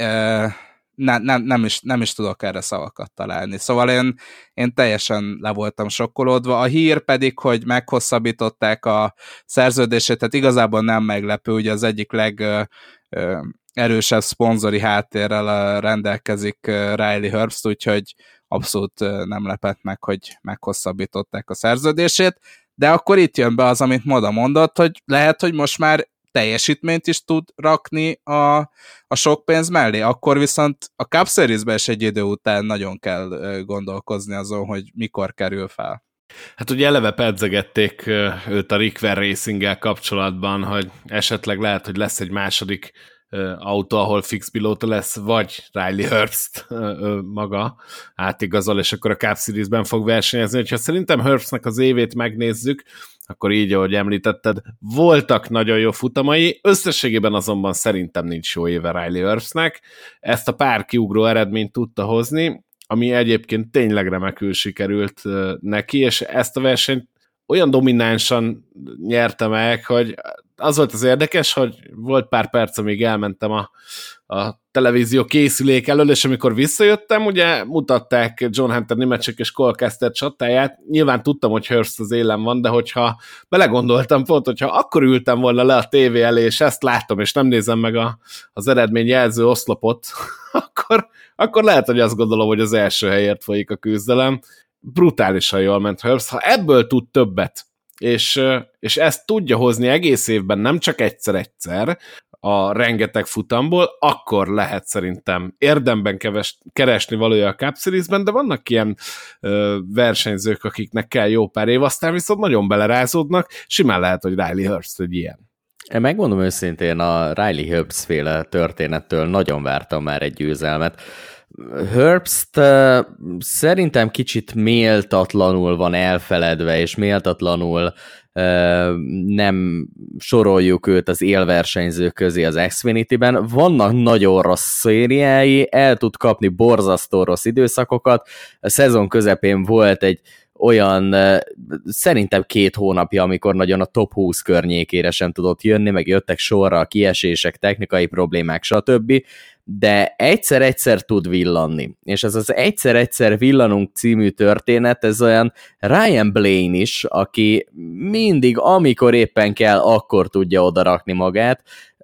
nem is tudok erre szavakat találni. Szóval én teljesen le voltam sokkolódva. A hír pedig, hogy meghosszabbították a szerződését, tehát igazából nem meglepő, ugye az egyik erősebb szponzori háttérrel rendelkezik Riley Herbst, úgyhogy abszolút nem lepett meg, hogy meghosszabbították a szerződését, de akkor itt jön be az, amit Moda mondott, hogy lehet, hogy most már teljesítményt is tud rakni a sok pénz mellé, akkor viszont a Cup Series-ben is egy idő után nagyon kell gondolkozni azon, hogy mikor kerül fel. Hát ugye eleve pedzegették őt a Rickver Racing-gel kapcsolatban, hogy esetleg lehet, hogy lesz egy második autó, ahol fix pilóta lesz, vagy Riley Herbst maga átigazol, és akkor a Cup Series-ben fog versenyezni. Hogyha szerintem Herbstnek az évét megnézzük, akkor így, ahogy említetted, voltak nagyon jó futamai, összességében azonban szerintem nincs jó éve Riley Herbstnek. Ezt a pár kiugró eredményt tudta hozni, ami egyébként tényleg remekül sikerült neki, és ezt a versenyt olyan dominánsan nyerte meg, hogy az volt az érdekes, hogy volt pár perc, amíg elmentem a televízió készülék elől, és amikor visszajöttem, ugye mutatták John Hunter Nemechek és Cole Custer csatáját, nyilván tudtam, hogy Herbst az élen van, de hogyha belegondoltam pont, hogyha akkor ültem volna le a tévé elé, és ezt látom, és nem nézem meg az eredményjelző oszlopot, akkor lehet, hogy azt gondolom, hogy az első helyért folyik a küzdelem. Brutálisan jól ment Herbst. Ha ebből tud többet, és ezt tudja hozni egész évben, nem csak egyszer-egyszer a rengeteg futamból, akkor lehet szerintem érdemben keresni valója a Cup Series-ben, de vannak ilyen versenyzők, akiknek kell jó pár év, aztán viszont nagyon belerázódnak, simán lehet, hogy Riley Herbst egy ilyen. Én megmondom őszintén, a Riley Herbst féle történettől nagyon vártam már egy győzelmet. Herbst szerintem kicsit méltatlanul van elfeledve, és méltatlanul nem soroljuk őt az élversenyzők közé az Xfinity-ben. Vannak nagyon rossz szériái, el tud kapni borzasztó rossz időszakokat. A szezon közepén volt egy olyan szerintem 2 hónapja, amikor nagyon a top 20 környékére sem tudott jönni, meg jöttek sorra a kiesések, technikai problémák, stb., de egyszer-egyszer tud villanni. És ez az egyszer-egyszer villanunk című történet, ez olyan Ryan Blaney is, aki mindig, amikor éppen kell, akkor tudja odarakni magát.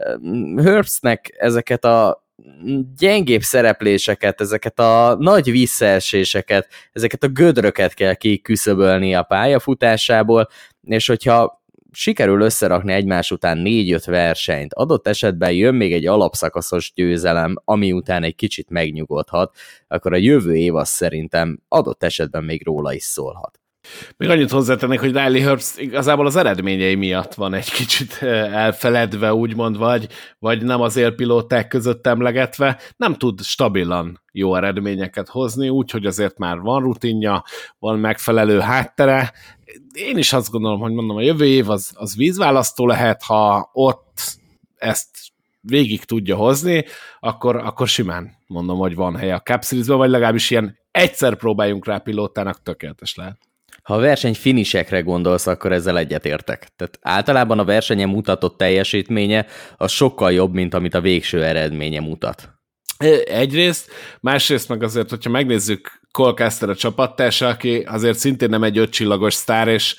Herbstnek ezeket a gyengébb szerepléseket, ezeket a nagy visszaeséseket, ezeket a gödröket kell kiküszöbölni a pályafutásából, és hogyha sikerül összerakni egymás után 4-5 versenyt, adott esetben jön még egy alapszakaszos győzelem, ami után egy kicsit megnyugodhat, akkor a jövő év az szerintem adott esetben még róla is szólhat. Még annyit hozzátennék, hogy Riley Herbst igazából az eredményei miatt van egy kicsit elfeledve, úgymond, vagy nem az élpilóták között emlegetve, nem tud stabilan jó eredményeket hozni, úgyhogy azért már van rutinja, van megfelelő háttere. Én is azt gondolom, hogy mondom, a jövő év az vízválasztó lehet, ha ott ezt végig tudja hozni, akkor simán mondom, hogy van helye a Cup Series-ben, vagy legalábbis ilyen egyszer próbáljunk rá pilótának, tökéletes lehet. Ha a verseny finisekre gondolsz, akkor ezzel egyetértek. Tehát általában a versenyen mutatott teljesítménye az sokkal jobb, mint amit a végső eredménye mutat. Egyrészt, másrészt meg azért, hogyha megnézzük Cole Custer a csapattársa, aki azért szintén nem egy 5 csillagos sztár, és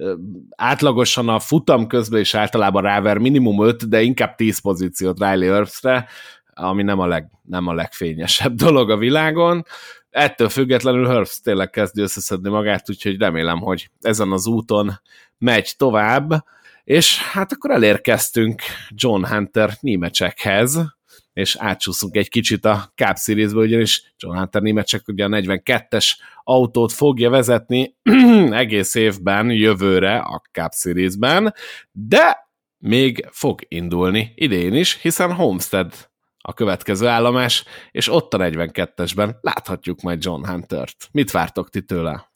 átlagosan a futam közben is általában ráver minimum 5, de inkább 10 pozíciót Riley Herbstre, ami nem a legfényesebb dolog a világon. Ettől függetlenül Herbst tényleg kezd összeszedni magát, úgyhogy remélem, hogy ezen az úton megy tovább, és hát akkor elérkeztünk John Hunter Nemechekhez, és átcsúszunk egy kicsit a Cup Series-ből, ugyanis John Hunter Nemechek ugye a 42-es autót fogja vezetni egész évben, jövőre a Cup Series-ben, de még fog indulni idén is, hiszen Homestead a következő állomás, és ott a 42-esben láthatjuk majd John Huntert. Mit vártok ti tőle?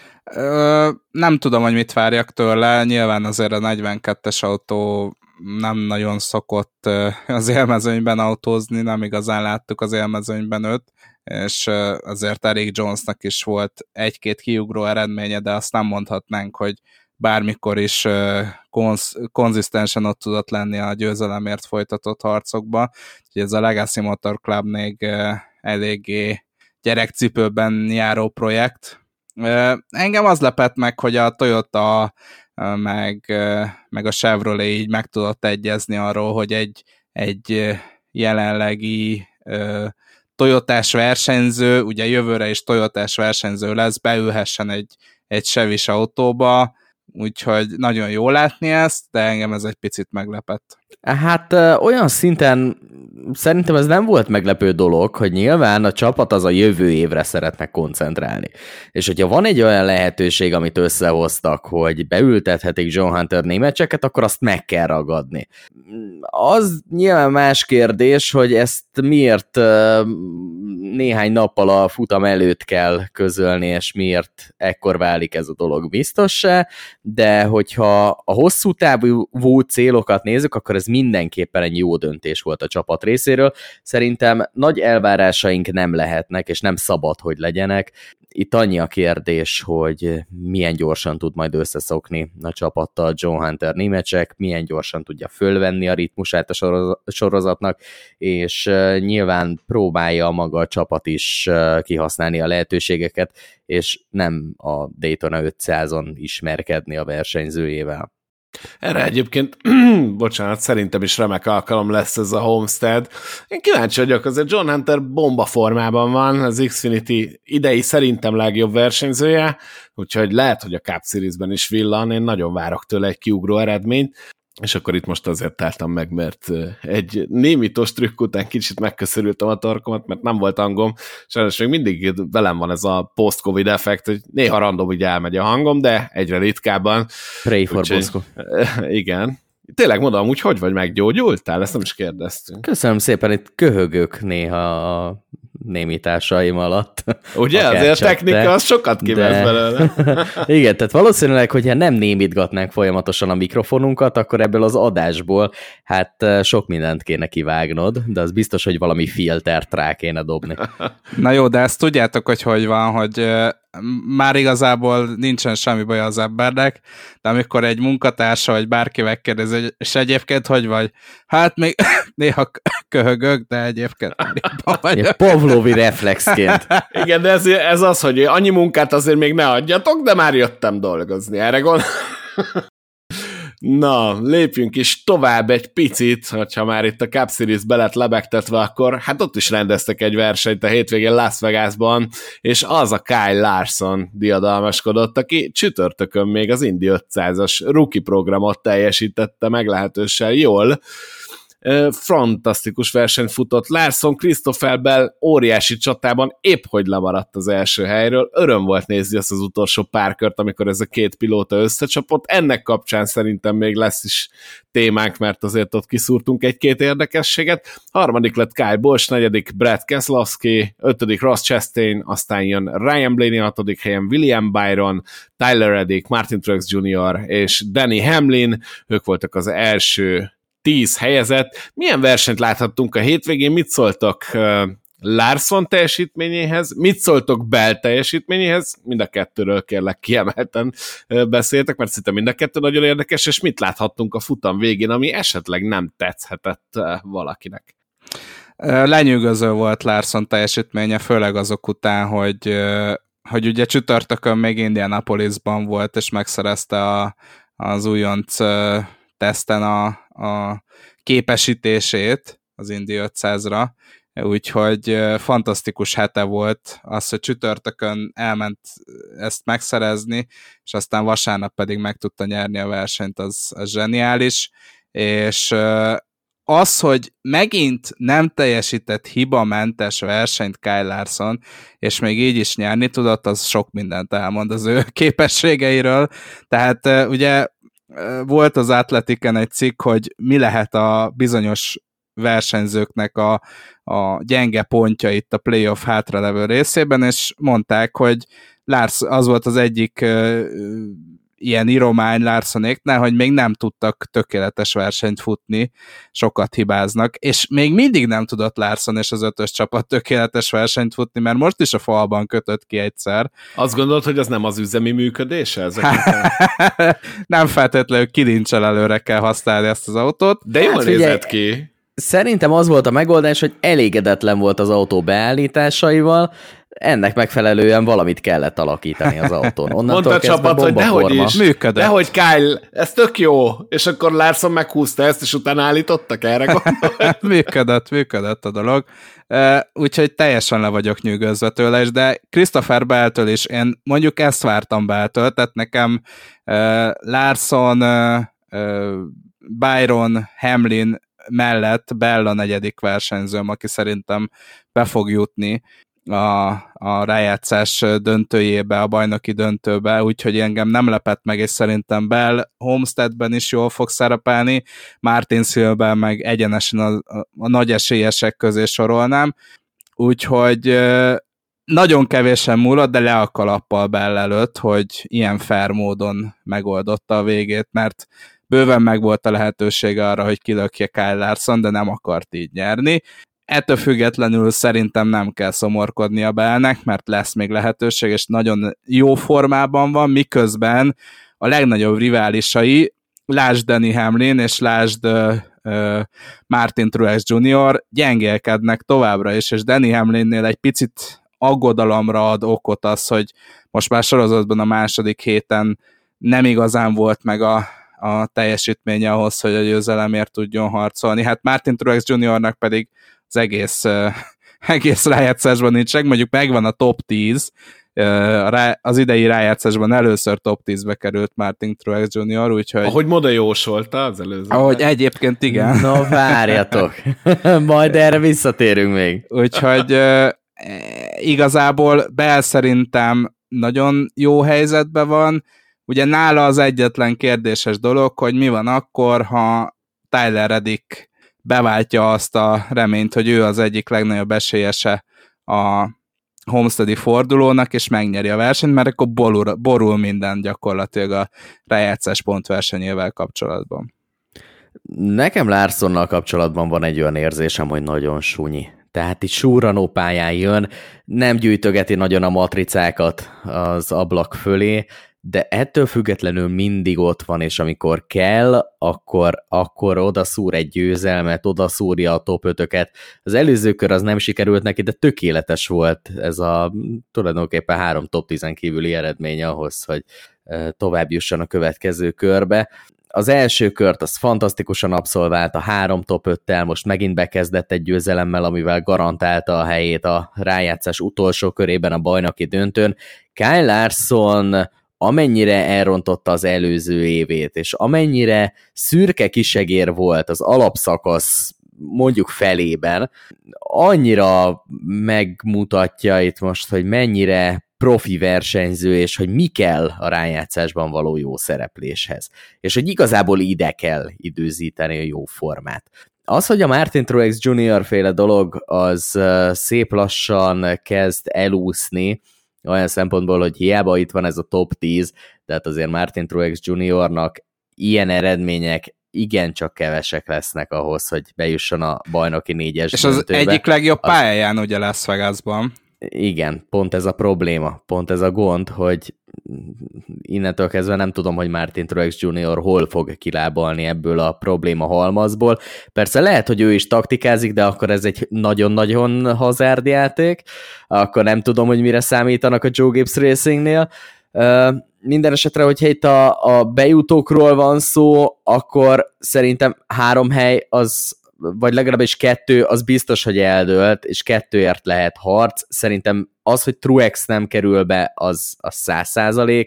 Nem tudom, hogy mit várjak tőle. Nyilván azért a 42-es autó nem nagyon szokott az élmezőnyben autózni, nem igazán láttuk az élmezőnyben őt, és azért Eric Jonesnak is volt 1-2 kiugró eredménye, de azt nem mondhatnánk, hogy bármikor is konzisztensen ott tudott lenni a győzelemért folytatott harcokba. Úgyhogy ez a Legacy Motor Club még eléggé gyerekcipőben járó projekt. Engem az lepett meg, hogy a Toyota meg a Chevrolet így meg tudott egyezni arról, hogy egy jelenlegi Toyotás versenyző, ugye jövőre is Toyotás versenyző lesz, beülhessen egy Chevys autóba, úgyhogy nagyon jó látni ezt, de engem ez egy picit meglepett. Hát olyan szinten szerintem ez nem volt meglepő dolog, hogy nyilván a csapat az a jövő évre szeretne koncentrálni. És hogyha van egy olyan lehetőség, amit összehoztak, hogy beültethetik John Hunter németcseket, akkor azt meg kell ragadni. Az nyilván más kérdés, hogy ezt miért néhány nappal a futam előtt kell közölni, és miért ekkor válik ez a dolog biztossá, de hogyha a hosszú távú célokat nézzük, akkor ez mindenképpen egy jó döntés volt a csapat részéről. Szerintem nagy elvárásaink nem lehetnek, és nem szabad, hogy legyenek. Itt annyi a kérdés, hogy milyen gyorsan tud majd összeszokni a csapattal John Hunter némecsek, milyen gyorsan tudja fölvenni a ritmusát a sorozatnak, és nyilván próbálja maga a csapat is kihasználni a lehetőségeket, és nem a Daytona 500-on ismerkedni a versenyzőjével. Erre egyébként, bocsánat, szerintem is remek alkalom lesz ez a Homestead. Én kíváncsi vagyok, azért John Hunter bomba formában van, az Xfinity idei szerintem legjobb versenyzője, úgyhogy lehet, hogy a Cup Series-ben is villan, én nagyon várok tőle egy kiugró eredményt, és akkor itt most azért táltam meg, mert egy némitos trükk után kicsit megköszörültem a torkomat, mert nem volt hangom, sajnos még mindig velem van ez a post-covid effekt, hogy néha random így elmegy a hangom, de egyre ritkábban. Pray for Bosco. Igen. Tényleg mondom, úgy hogy vagy, meggyógyultál? Ezt nem is kérdeztünk. Köszönöm szépen, itt köhögök néha a némításaim alatt. Ugye? Azért a technika az sokat kivesz belőle. Igen, tehát valószínűleg, hogyha nem némítgatnánk folyamatosan a mikrofonunkat, akkor ebből az adásból hát sok mindent kéne kivágnod, de az biztos, hogy valami filtert rá kéne dobni. Na jó, de ezt tudjátok, hogy van, hogy már igazából nincsen semmi baj az embernek, de amikor egy munkatársa vagy bárki megkérdezi, és egyébként hogy vagy? Hát még néha köhögök, de egyébként vagyok. Pavlovi reflexként. Igen, de ez az, hogy annyi munkát azért még ne adjatok, de már jöttem dolgozni. Erre gondol? Na, lépjünk is tovább egy picit, hogyha már itt a Cup Series be lett lebegtetve, akkor hát ott is rendeztek egy versenyt a hétvégén Las Vegasban, és az a Kyle Larson diadalmaskodott, aki csütörtökön még az Indy 500-as rookie programot teljesítette meglehetősen jól. Fantasztikus versenyt futott Larson, Christopher Bell óriási csatában épp hogy lemaradt az első helyről, öröm volt nézni azt az utolsó pár kört, amikor ez a két pilóta összecsapott, ennek kapcsán szerintem még lesz is témánk, mert azért ott kiszúrtunk egy-két érdekességet. Harmadik lett Kyle Busch, negyedik Brad Keselowski, ötödik Ross Chastain, aztán jön Ryan Blaney, hatodik helyen William Byron, Tyler Reddick, Martin Truex Jr. és Denny Hamlin, ők voltak az első 10 helyezett. Milyen versenyt láthattunk a hétvégén? Mit szóltok Larson teljesítményéhez? Mit szóltok Bell teljesítményéhez? Mind a kettőről kérlek kiemelten beszéltek, mert szerintem mind a kettő nagyon érdekes, és mit láthattunk a futam végén, ami esetleg nem tetszhetett valakinek? Lenyűgöző volt Larson teljesítménye, főleg azok után, hogy ugye csütörtökön még Indianapolisban volt, és megszerezte az újonc teszten a képesítését az Indy 500-ra, úgyhogy fantasztikus hete volt az, hogy csütörtökön elment ezt megszerezni, és aztán vasárnap pedig meg tudta nyerni a versenyt, az zseniális, és az, hogy megint nem teljesített hibamentes versenyt Kyle Larson, és még így is nyerni tudott, az sok mindent elmond az ő képességeiről, tehát ugye volt az Atletiken egy cikk, hogy mi lehet a bizonyos versenyzőknek a gyenge pontja itt a playoff hátralevő részében, és mondták, hogy az volt az egyik ilyen iromány Larsonéknál, hogy még nem tudtak tökéletes versenyt futni, sokat hibáznak, és még mindig nem tudott Larson és az ötös csapat tökéletes versenyt futni, mert most is a falban kötött ki egyszer. Azt gondolod, hogy az nem az üzemi működése? Nem feltétlenül kilincsel előre kell használni ezt az autót. De jól nézett ki. Szerintem az volt a megoldás, hogy elégedetlen volt az autó beállításaival, ennek megfelelően valamit kellett alakítani az autón. Mondta Csapat, hogy dehogy is, működött. Dehogy Kyle, ez tök jó, és akkor Larson meghúzta ezt, és utána állítottak erre. működött a dolog. Úgyhogy teljesen le vagyok nyűgözve tőle is, de Christopher Bell-től is én mondjuk ezt vártam Bell-től, tehát nekem Larson, Byron, Hamlin mellett Bell a negyedik versenyzőm, aki szerintem be fog jutni a rájátszás döntőjébe, a bajnoki döntőbe, úgyhogy engem nem lepett meg, és szerintem Bell Homesteadben is jól fog szerepelni, Martinsville-ben meg egyenesen a nagy esélyesek közé sorolnám, úgyhogy nagyon kevésen múlott, de le a kalappal Bell előtt, hogy ilyen fair módon megoldotta a végét, mert bőven megvolt a lehetősége arra, hogy kilökje Kyle Larson, de nem akart így nyerni. Ettől függetlenül szerintem nem kell szomorkodni a Bellnek, mert lesz még lehetőség, és nagyon jó formában van, miközben a legnagyobb riválisai, lásd Denny Hamlin, és lásd Martin Truex Jr. gyengélkednek továbbra is, és Denny Hamlinnél egy picit aggodalomra ad okot az, hogy most már sorozatban a második héten nem igazán volt meg a teljesítménye ahhoz, hogy a győzelemért tudjon harcolni. Hát Martin Truex Jr.-nak pedig az egész rájátszásban nincs meg, mondjuk megvan a top 10, az idei rájátszásban először top 10-be került Martin Truex Jr., úgyhogy... Ahogy Moda jósolta az előző. Ahogy egyébként igen. No, várjatok. Majd erre visszatérünk még. Úgyhogy igazából Bell szerintem nagyon jó helyzetben van. Ugye nála az egyetlen kérdéses dolog, hogy mi van akkor, ha Tyler Reddick beváltja azt a reményt, hogy ő az egyik legnagyobb esélyese a Homesteadi fordulónak, és megnyeri a versenyt, mert akkor borul minden gyakorlatilag a rájátszás pontversenyével kapcsolatban. Nekem Larsonnal kapcsolatban van egy olyan érzésem, hogy nagyon súnyi. Tehát itt súranó pályán jön, nem gyűjtögeti nagyon a matricákat az ablak fölé, de ettől függetlenül mindig ott van, és amikor kell, akkor odaszúr egy győzelmet, odaszúrja a top 5-öket. Az előző kör az nem sikerült neki, de tökéletes volt ez a tulajdonképpen 3 top 10 kívüli eredménye ahhoz, hogy tovább jusson a következő körbe. Az első kört az fantasztikusan abszolvált a 3 top 5-tel, most megint bekezdett egy győzelemmel, amivel garantálta a helyét a rájátszás utolsó körében a bajnoki döntőn. Kyle Larson amennyire elrontotta az előző évét, és amennyire szürke kisegér volt az alapszakasz mondjuk felében, annyira megmutatja itt most, hogy mennyire profi versenyző, és hogy mi kell a rájátszásban való jó szerepléshez. És hogy igazából ide kell időzíteni a jó formát. Az, hogy a Martin Truex Jr. féle dolog, az szép lassan kezd elúszni, olyan szempontból, hogy hiába itt van ez a top 10, tehát azért Martin Truex Jr.-nak ilyen eredmények igencsak kevesek lesznek ahhoz, hogy bejusson a bajnoki 4-es és döntőbe. Az egyik legjobb pályáján ugye Las Vegasban. Igen, pont ez a probléma, pont ez a gond, hogy innentől kezdve nem tudom, hogy Martin Truex Jr. hol fog kilábalni ebből a probléma halmazból. Persze lehet, hogy ő is taktikázik, de akkor ez egy nagyon-nagyon hazárd játék, akkor nem tudom, hogy mire számítanak a Joe Gibbs Racingnél. Minden esetre, hogyha itt a bejutókról van szó, akkor szerintem 3 hely az, vagy legalábbis 2, az biztos, hogy eldőlt, és 2ért lehet harc. Szerintem az, hogy Truex nem kerül be, az 100%.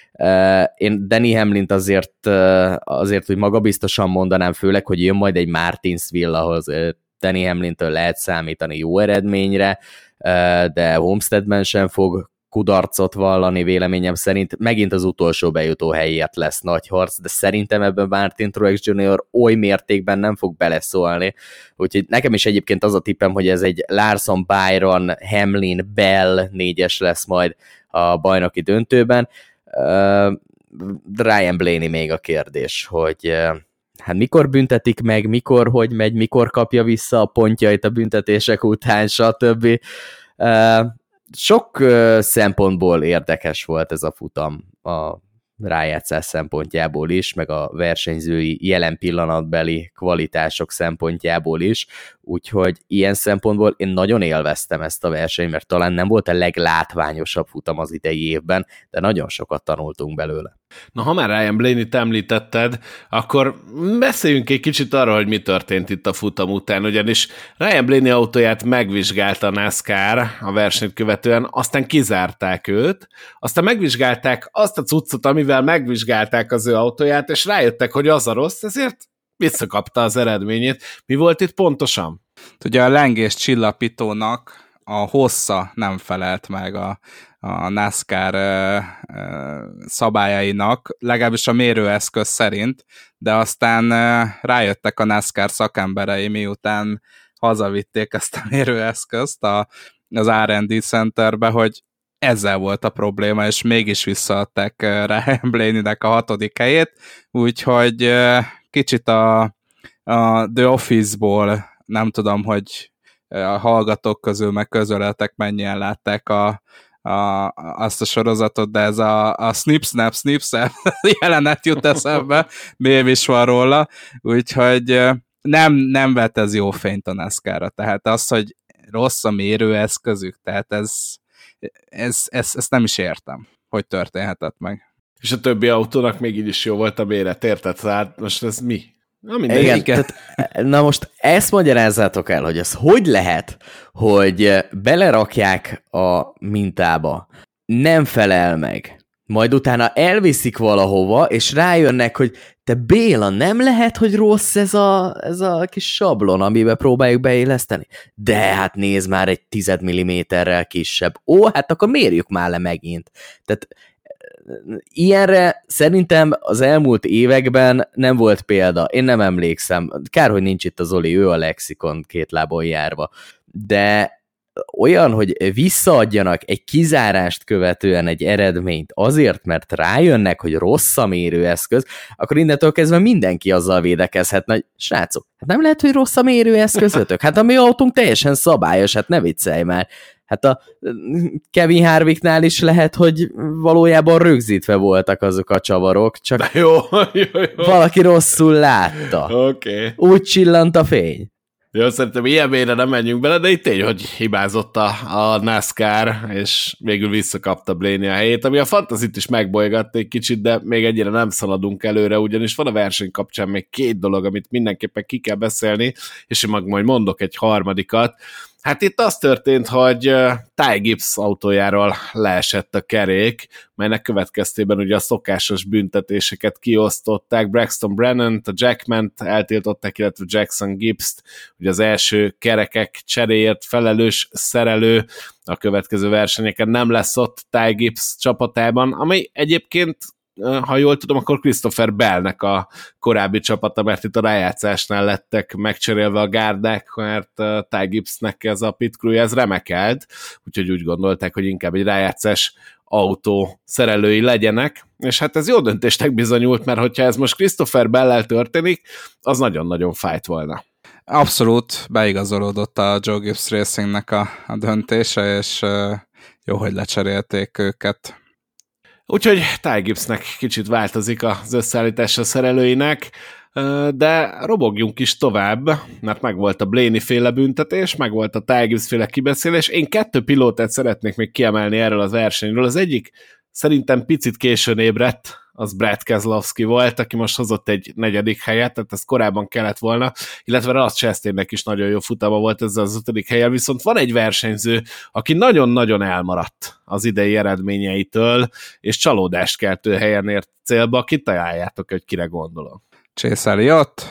Én Denny Hamlint azért, hogy magabiztosan mondanám, főleg, hogy jön majd egy Martinsville, ahhoz Denny Hamlintől lehet számítani jó eredményre, de Homesteadben sem fog kudarcot vallani véleményem szerint. Megint az utolsó bejutó helyért lesz nagy harc, de szerintem ebben Martin Truex Jr. oly mértékben nem fog beleszólni. Úgyhogy nekem is egyébként az a tippem, hogy ez egy Larson, Byron, Hamlin, Bell 4-es lesz majd a bajnoki döntőben. Ryan Blaney még a kérdés, hogy hát mikor büntetik meg, mikor, hogy megy, mikor kapja vissza a pontjait a büntetések után, stb. Sok szempontból érdekes volt ez a futam a rájátszás szempontjából is, meg a versenyzői jelen pillanatbeli kvalitások szempontjából is, úgyhogy ilyen szempontból én nagyon élveztem ezt a versenyt, mert talán nem volt a leglátványosabb futam az idei évben, de nagyon sokat tanultunk belőle. Na, ha már Ryan Blaney-t említetted, akkor beszéljünk egy kicsit arról, hogy mi történt itt a futam után, ugyanis Ryan Blaney autóját megvizsgálta a NASCAR a versenyt követően, aztán kizárták őt, aztán megvizsgálták azt a cuccot, amivel megvizsgálták az ő autóját, és rájöttek, hogy az a rossz, ezért visszakapta az eredményét. Mi volt itt pontosan? Ugye a lengés csillapítónak a hossza nem felelt meg a NASCAR szabályainak, legalábbis a mérőeszköz szerint, de aztán rájöttek a NASCAR szakemberei, miután hazavitték ezt a mérőeszközt az R&D Centerbe, hogy ezzel volt a probléma, és mégis visszaadták Ryan Blaney-nek a 6. helyét, úgyhogy kicsit a The Office-ból nem tudom, hogy a hallgatók közül meg közöletek mennyien látták azt a sorozatot, de ez a snip, snap, snip, snap jelenet jut eszembe, mém is van róla, úgyhogy nem vett ez jó fényt a NASCAR-ra, tehát az, hogy rossz a mérőeszközük, tehát ezt nem is értem, hogy történhetett meg. És a többi autónak még így is jó volt a méret, érted? Tehát most ez mi? Igen, tehát, na most ezt magyarázzátok el, hogy ez hogy lehet, hogy belerakják a mintába, nem felel meg, majd utána elviszik valahova, és rájönnek, hogy te Béla, nem lehet, hogy rossz ez a kis sablon, amiben próbáljuk beilleszteni? De hát nézd már, egy 10 mm-rel kisebb. Ó, hát akkor mérjük már le megint. Tehát ilyenre szerintem az elmúlt években nem volt példa. Én nem emlékszem. Kár, hogy nincs itt az Zoli, ő a lexikon 2 lábon járva. De olyan, hogy visszaadjanak egy kizárást követően egy eredményt azért, mert rájönnek, hogy rossz a mérőeszköz, akkor innentől kezdve mindenki azzal védekezhetne, hogy srácok, hát nem lehet, hogy rossz a mérőeszközötök? Hát a mi autónk teljesen szabályos, hát ne viccelj már. Hát a Kevin Harvicknál is lehet, hogy valójában rögzítve voltak azok a csavarok, csak jó. valaki rosszul látta. Okay. Úgy csillant a fény. Jó, szerintem ilyen mélyre nem menjünk bele, de itt tény, hogy hibázott a NASCAR, és végül visszakapta Blaney a helyét, ami a Fantasyt is megbolygatta egy kicsit, de még ennyire nem szaladunk előre, ugyanis van a verseny kapcsán még 2 dolog, amit mindenképpen ki kell beszélni, és én majd mondok egy harmadikat. Hát itt az történt, hogy Ty Gibbs autójáról leesett a kerék, melynek következtében ugye a szokásos büntetéseket kiosztották, Braxton Brennant, a Jackmant eltiltották, illetve Jackson Gibbst, ugye az első kerekek cseréért felelős szerelő a következő versenyeken nem lesz ott Ty Gibbs csapatában, ami egyébként, ha jól tudom, akkor Christopher Bellnek a korábbi csapata, mert itt a rájátszásnál lettek megcserélve a gárdák, mert Ty Gibbsnek ez a pit crew, ez remekelt, úgyhogy úgy gondolták, hogy inkább egy rájátszás autó szerelői legyenek, és hát ez jó döntésnek bizonyult, mert hogyha ez most Christopher Bell-el történik, az nagyon-nagyon fájt volna. Abszolút beigazolódott a Joe Gibbs Racingnek a döntése, és jó, hogy lecserélték őket. Úgyhogy Ty Gibbsnek kicsit változik az összeállítása szerelőinek, de robogjunk is tovább, mert megvolt a Blaney féle büntetés, megvolt a Ty Gibbs féle kibeszélés. Én 2 pilótát szeretnék még kiemelni erről az versenyről. Az egyik szerintem picit későn ébredt, az Brad Keselowski volt, aki most hozott egy 4. helyet, tehát ez korábban kellett volna, illetve Ross Chastainnek is nagyon jó futama volt ezzel az 5. helyen, viszont van egy versenyző, aki nagyon-nagyon elmaradt az idei eredményeitől, és csalódást keltő helyen ért célba. Kitaláljátok, hogy kire gondolom. Chase Elliott?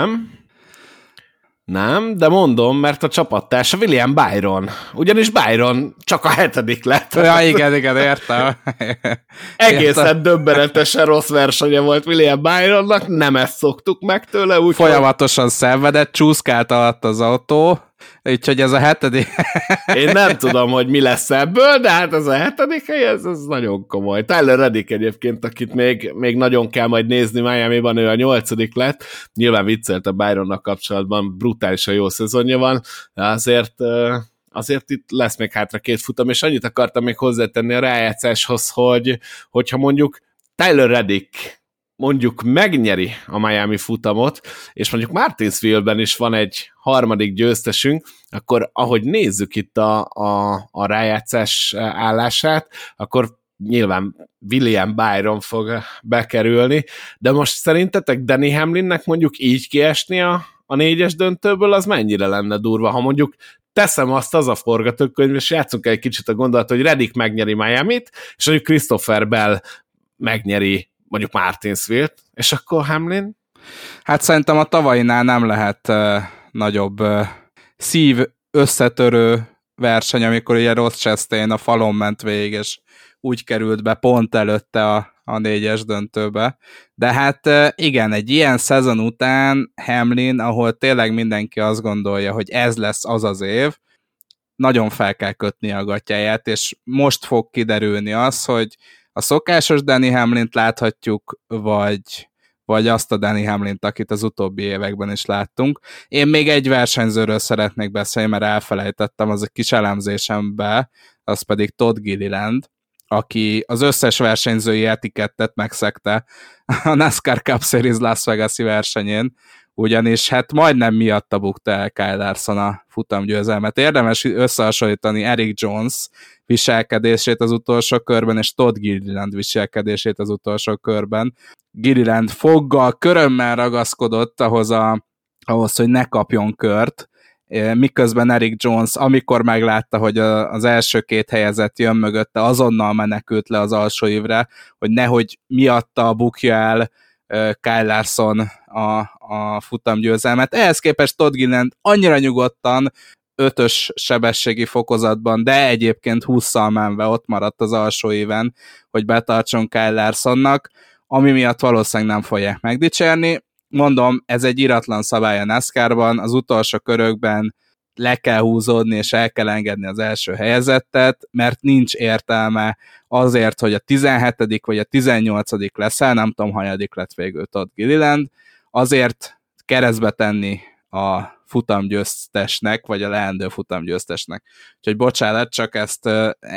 Nem, de mondom, mert a csapattársa William Byron. Ugyanis Byron csak a 7. lett. Ja, igen, értem. Egészen döbbenetesen rossz versenye volt William Byronnak, nem ezt szoktuk meg tőle. Úgy folyamatosan szenvedett, csúszkált alatt az autó, úgyhogy ez a 7. Én nem tudom, hogy mi lesz ebből, de hát ez a 7. hely, ez nagyon komoly. Tyler Reddick egyébként, akit még nagyon kell majd nézni Miami-ban, ő a 8. lett. Nyilván viccelt a Byronnak kapcsolatban, brutálisan jó szezonja van, de azért itt lesz még hátra 2 futam, és annyit akartam még hozzátenni a rájátszáshoz, hogyha mondjuk Tyler Reddick mondjuk megnyeri a Miami futamot, és mondjuk Martinsville-ben is van egy harmadik győztesünk, akkor ahogy nézzük itt a rájátszás állását, akkor nyilván William Byron fog bekerülni, de most szerintetek Denny Hamlinnek mondjuk így kiesni a 4-es döntőből, az mennyire lenne durva, ha mondjuk teszem azt, az a forgatókönyv, és játszunk egy kicsit a gondolat, hogy Reddick megnyeri Miamit, és mondjuk Christopher Bell megnyeri mondjuk Martinsville-t, és akkor Hamlin? Hát szerintem a tavainál nem lehet nagyobb szív összetörő verseny, amikor ugye Ross Chastain a falon ment végig, és úgy került be pont előtte a 4-es döntőbe. De hát igen, egy ilyen szezon után Hamlin, ahol tényleg mindenki azt gondolja, hogy ez lesz az az év, nagyon fel kell kötni a gatyáját, és most fog kiderülni az, hogy a szokásos Denny Hamlint láthatjuk, vagy azt a Denny Hamlint, akit az utóbbi években is láttunk. Én még egy versenyzőről szeretnék beszélni, mert elfelejtettem az a kis elemzésembe, az pedig Todd Gilliland, aki az összes versenyzői etikettet megszegte a NASCAR Cup Series Las Vegas-i versenyén, ugyanis hát majdnem miatta bukta el Kyle Larson a futamgyőzelmet. Érdemes összehasonlítani Eric Jones viselkedését az utolsó körben, és Todd Gilliland viselkedését az utolsó körben. Gilliland foggal, körömmel ragaszkodott ahhoz, hogy ne kapjon kört, miközben Eric Jones, amikor meglátta, hogy az első két helyezett jön mögötte, azonnal menekült le az alsó ívre, hogy nehogy miatta bukja el Kyle Larson a futamgyőzelmet. Ehhez képest Todd Gilliland annyira nyugodtan 5-ös sebességi fokozatban, de egyébként 20-szal menve ott maradt az alsó éven, hogy betartson Kyle Larsonnak, ami miatt valószínűleg nem fogják megdicsérni. Mondom, ez egy iratlan szabály a NASCAR-ban, az utolsó körökben le kell húzódni, és el kell engedni az első helyezettet, mert nincs értelme azért, hogy a 17. vagy a 18. leszel, nem tudom, hanyadik lett végül Todd Gilliland, azért keresztbe tenni a futamgyőztesnek, vagy a leendő futamgyőztesnek. Úgyhogy bocsánat, csak ezt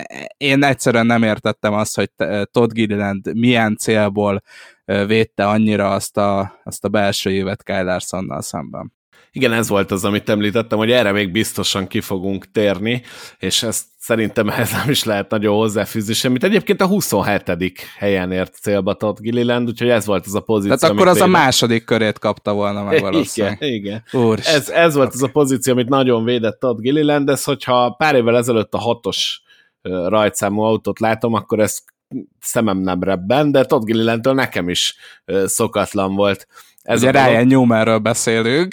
én egyszerűen nem értettem azt, hogy Todd Gilliland milyen célból védte annyira azt a belső évet Kyle Larsonnal szemben. Igen, ez volt az, amit említettem, hogy erre még biztosan ki fogunk térni, és ezt szerintem ehhez nem is lehet nagyon hozzáfűzni semmit. Egyébként a 27. helyen ért célba Todd Gilliland, úgyhogy ez volt az a pozíció. Tehát akkor az a második körét kapta volna meg valószínűleg. Igen. Ez volt az a pozíció, amit nagyon védett Todd Gilliland, de hogyha pár évvel ezelőtt a 6-os rajtszámú autót látom, akkor ez szemem nem rebben, de Todd Gillilandtől nekem is szokatlan volt. Ugye Ryan Newmanről beszélünk.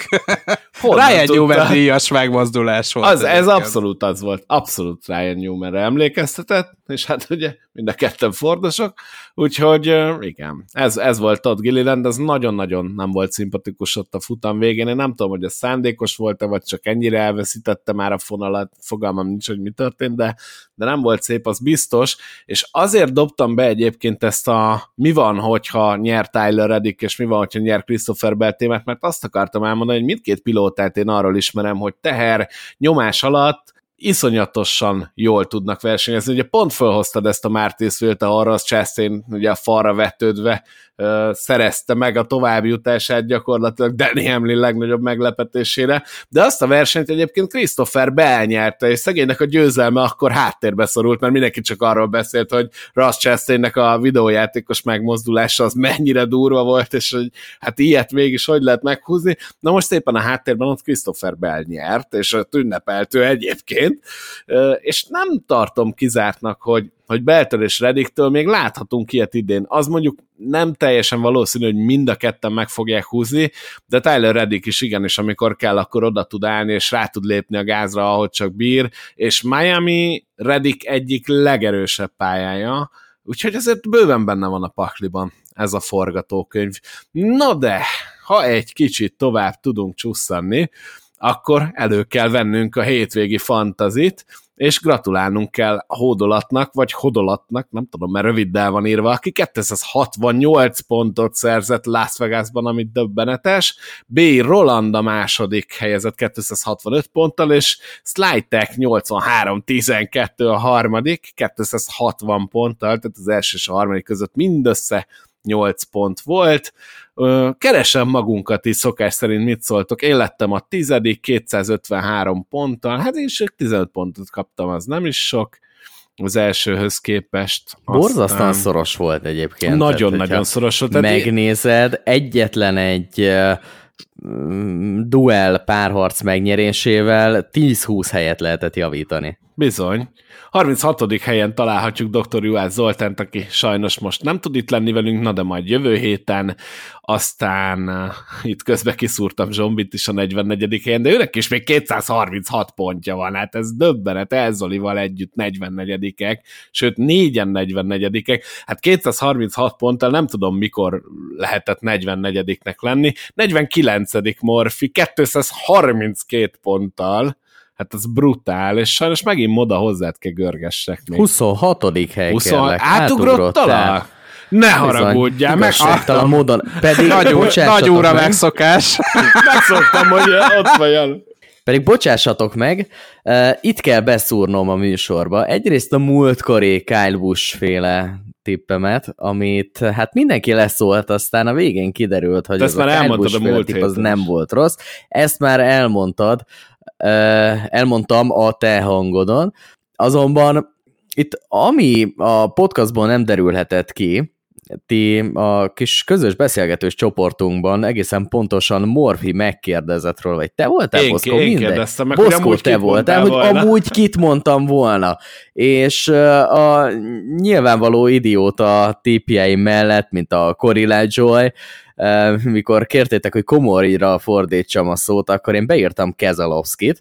Ryan Newman díjas megmozdulás volt. Ez abszolút az volt. Abszolút Ryan Newmanre emlékeztetett, és hát ugye mind a ketten Fordosok, úgyhogy igen, ez volt Todd Gilliland, ez nagyon-nagyon nem volt szimpatikus ott a futam végén. Én nem tudom, hogy ez szándékos volt-e, vagy csak ennyire elveszítette már a fonalat, fogalmam nincs, hogy mi történt, de nem volt szép, az biztos, és azért dobtam be egyébként ezt a mi van, hogyha nyer Tyler Reddick, és mi van, hogyha nyer Christopher Bell témát, mert azt akartam elmondani, hogy mindkét pilótát én arról ismerem, hogy teher, nyomás alatt iszonyatosan jól tudnak versenyezni. Ugye pont fölhoztad ezt a Martinsville-t, arra az Chastain ugye a falra vetődve szerezte meg a továbbjutását gyakorlatilag Denny Hamlin legnagyobb meglepetésére, de azt a versenyt egyébként Christopher Bell nyerte, és szegénynek a győzelme akkor háttérbe szorult, mert mindenki csak arról beszélt, hogy Ross Chastainnek a videójátékos megmozdulása az mennyire durva volt, és hogy hát ilyet mégis hogy lehet meghúzni. Na most éppen a háttérben ott Christopher Bell nyert, és ünnepeltő egyébként, és nem tartom kizártnak, hogy Belltől és Reddicktől még láthatunk ilyet idén. Az mondjuk nem teljesen valószínű, hogy mind a ketten meg fogják húzni, de Tyler Reddick is igenis, amikor kell, akkor oda tud állni, és rá tud lépni a gázra, ahogy csak bír, és Miami Reddick egyik legerősebb pályája, úgyhogy ezért bőven benne van a pakliban ez a forgatókönyv. No de, ha egy kicsit tovább tudunk csusszanni, akkor elő kell vennünk a hétvégi fantazit, és gratulálnunk kell Hódolatnak, vagy Hodolatnak, nem tudom, mert röviddel van írva, aki 268 pontot szerzett Las Vegasban, amit döbbenetes. B. Roland a második helyezett 265 ponttal, és Slytek 83-12 a harmadik, 260 ponttal, tehát az első és a harmadik között mindössze 8 pont volt. Keresem magunkat is, szokás szerint mit szóltok. Én lettem a 10. 253 ponttal, hát én csak 15 pontot kaptam, az nem is sok az elsőhöz képest. Borzasztóan szoros volt egyébként. Nagyon-nagyon szoros volt. Megnézed, egyetlen egy duell párharc megnyerésével 10-20 helyet lehetett javítani. Bizony. 36. helyen találhatjuk dr. Juhász Zoltánt, aki sajnos most nem tud itt lenni velünk, na de majd jövő héten. Aztán itt közben kiszúrtam Zsombit is a 44. helyen, de őnek is még 236 pontja van, hát ez döbbenet, Elzolival együtt 44-ek, sőt 4-en 44-ek, hát 236 ponttal nem tudom mikor lehetett 44-nek lenni, 49. Morfi 232 ponttal, hát az brutál, és sajnos megint moda hozzád kell görgessek még. 26. hely kérlek. Átugrottál? Ne haragudjál, megszoktam módon. Pedig nagy úra megszokás. Megszoktam, hogy ott vagy. Pedig bocsássatok meg, itt kell beszúrnom a műsorba. Egyrészt a múltkori Kyle Busch féle tippemet, amit hát mindenki leszólt, aztán a végén kiderült, hogy az a Kyle Busch féle tipp az nem volt rossz. Ezt már elmondtad, elmondtam a te hangodon, azonban itt ami a podcastból nem derülhetett ki, ti a kis közös beszélgetős csoportunkban egészen pontosan Morfi megkérdezett róla, vagy te voltál, Boszkó? Én kérdeztem meg, Boszkó, te voltál, hogy amúgy kit mondtam volna. És a nyilvánvaló idióta tippjeim mellett, mint a Corilla Joy, mikor kértétek, hogy Komorira fordítsam a szót, akkor én beírtam Keselowskit.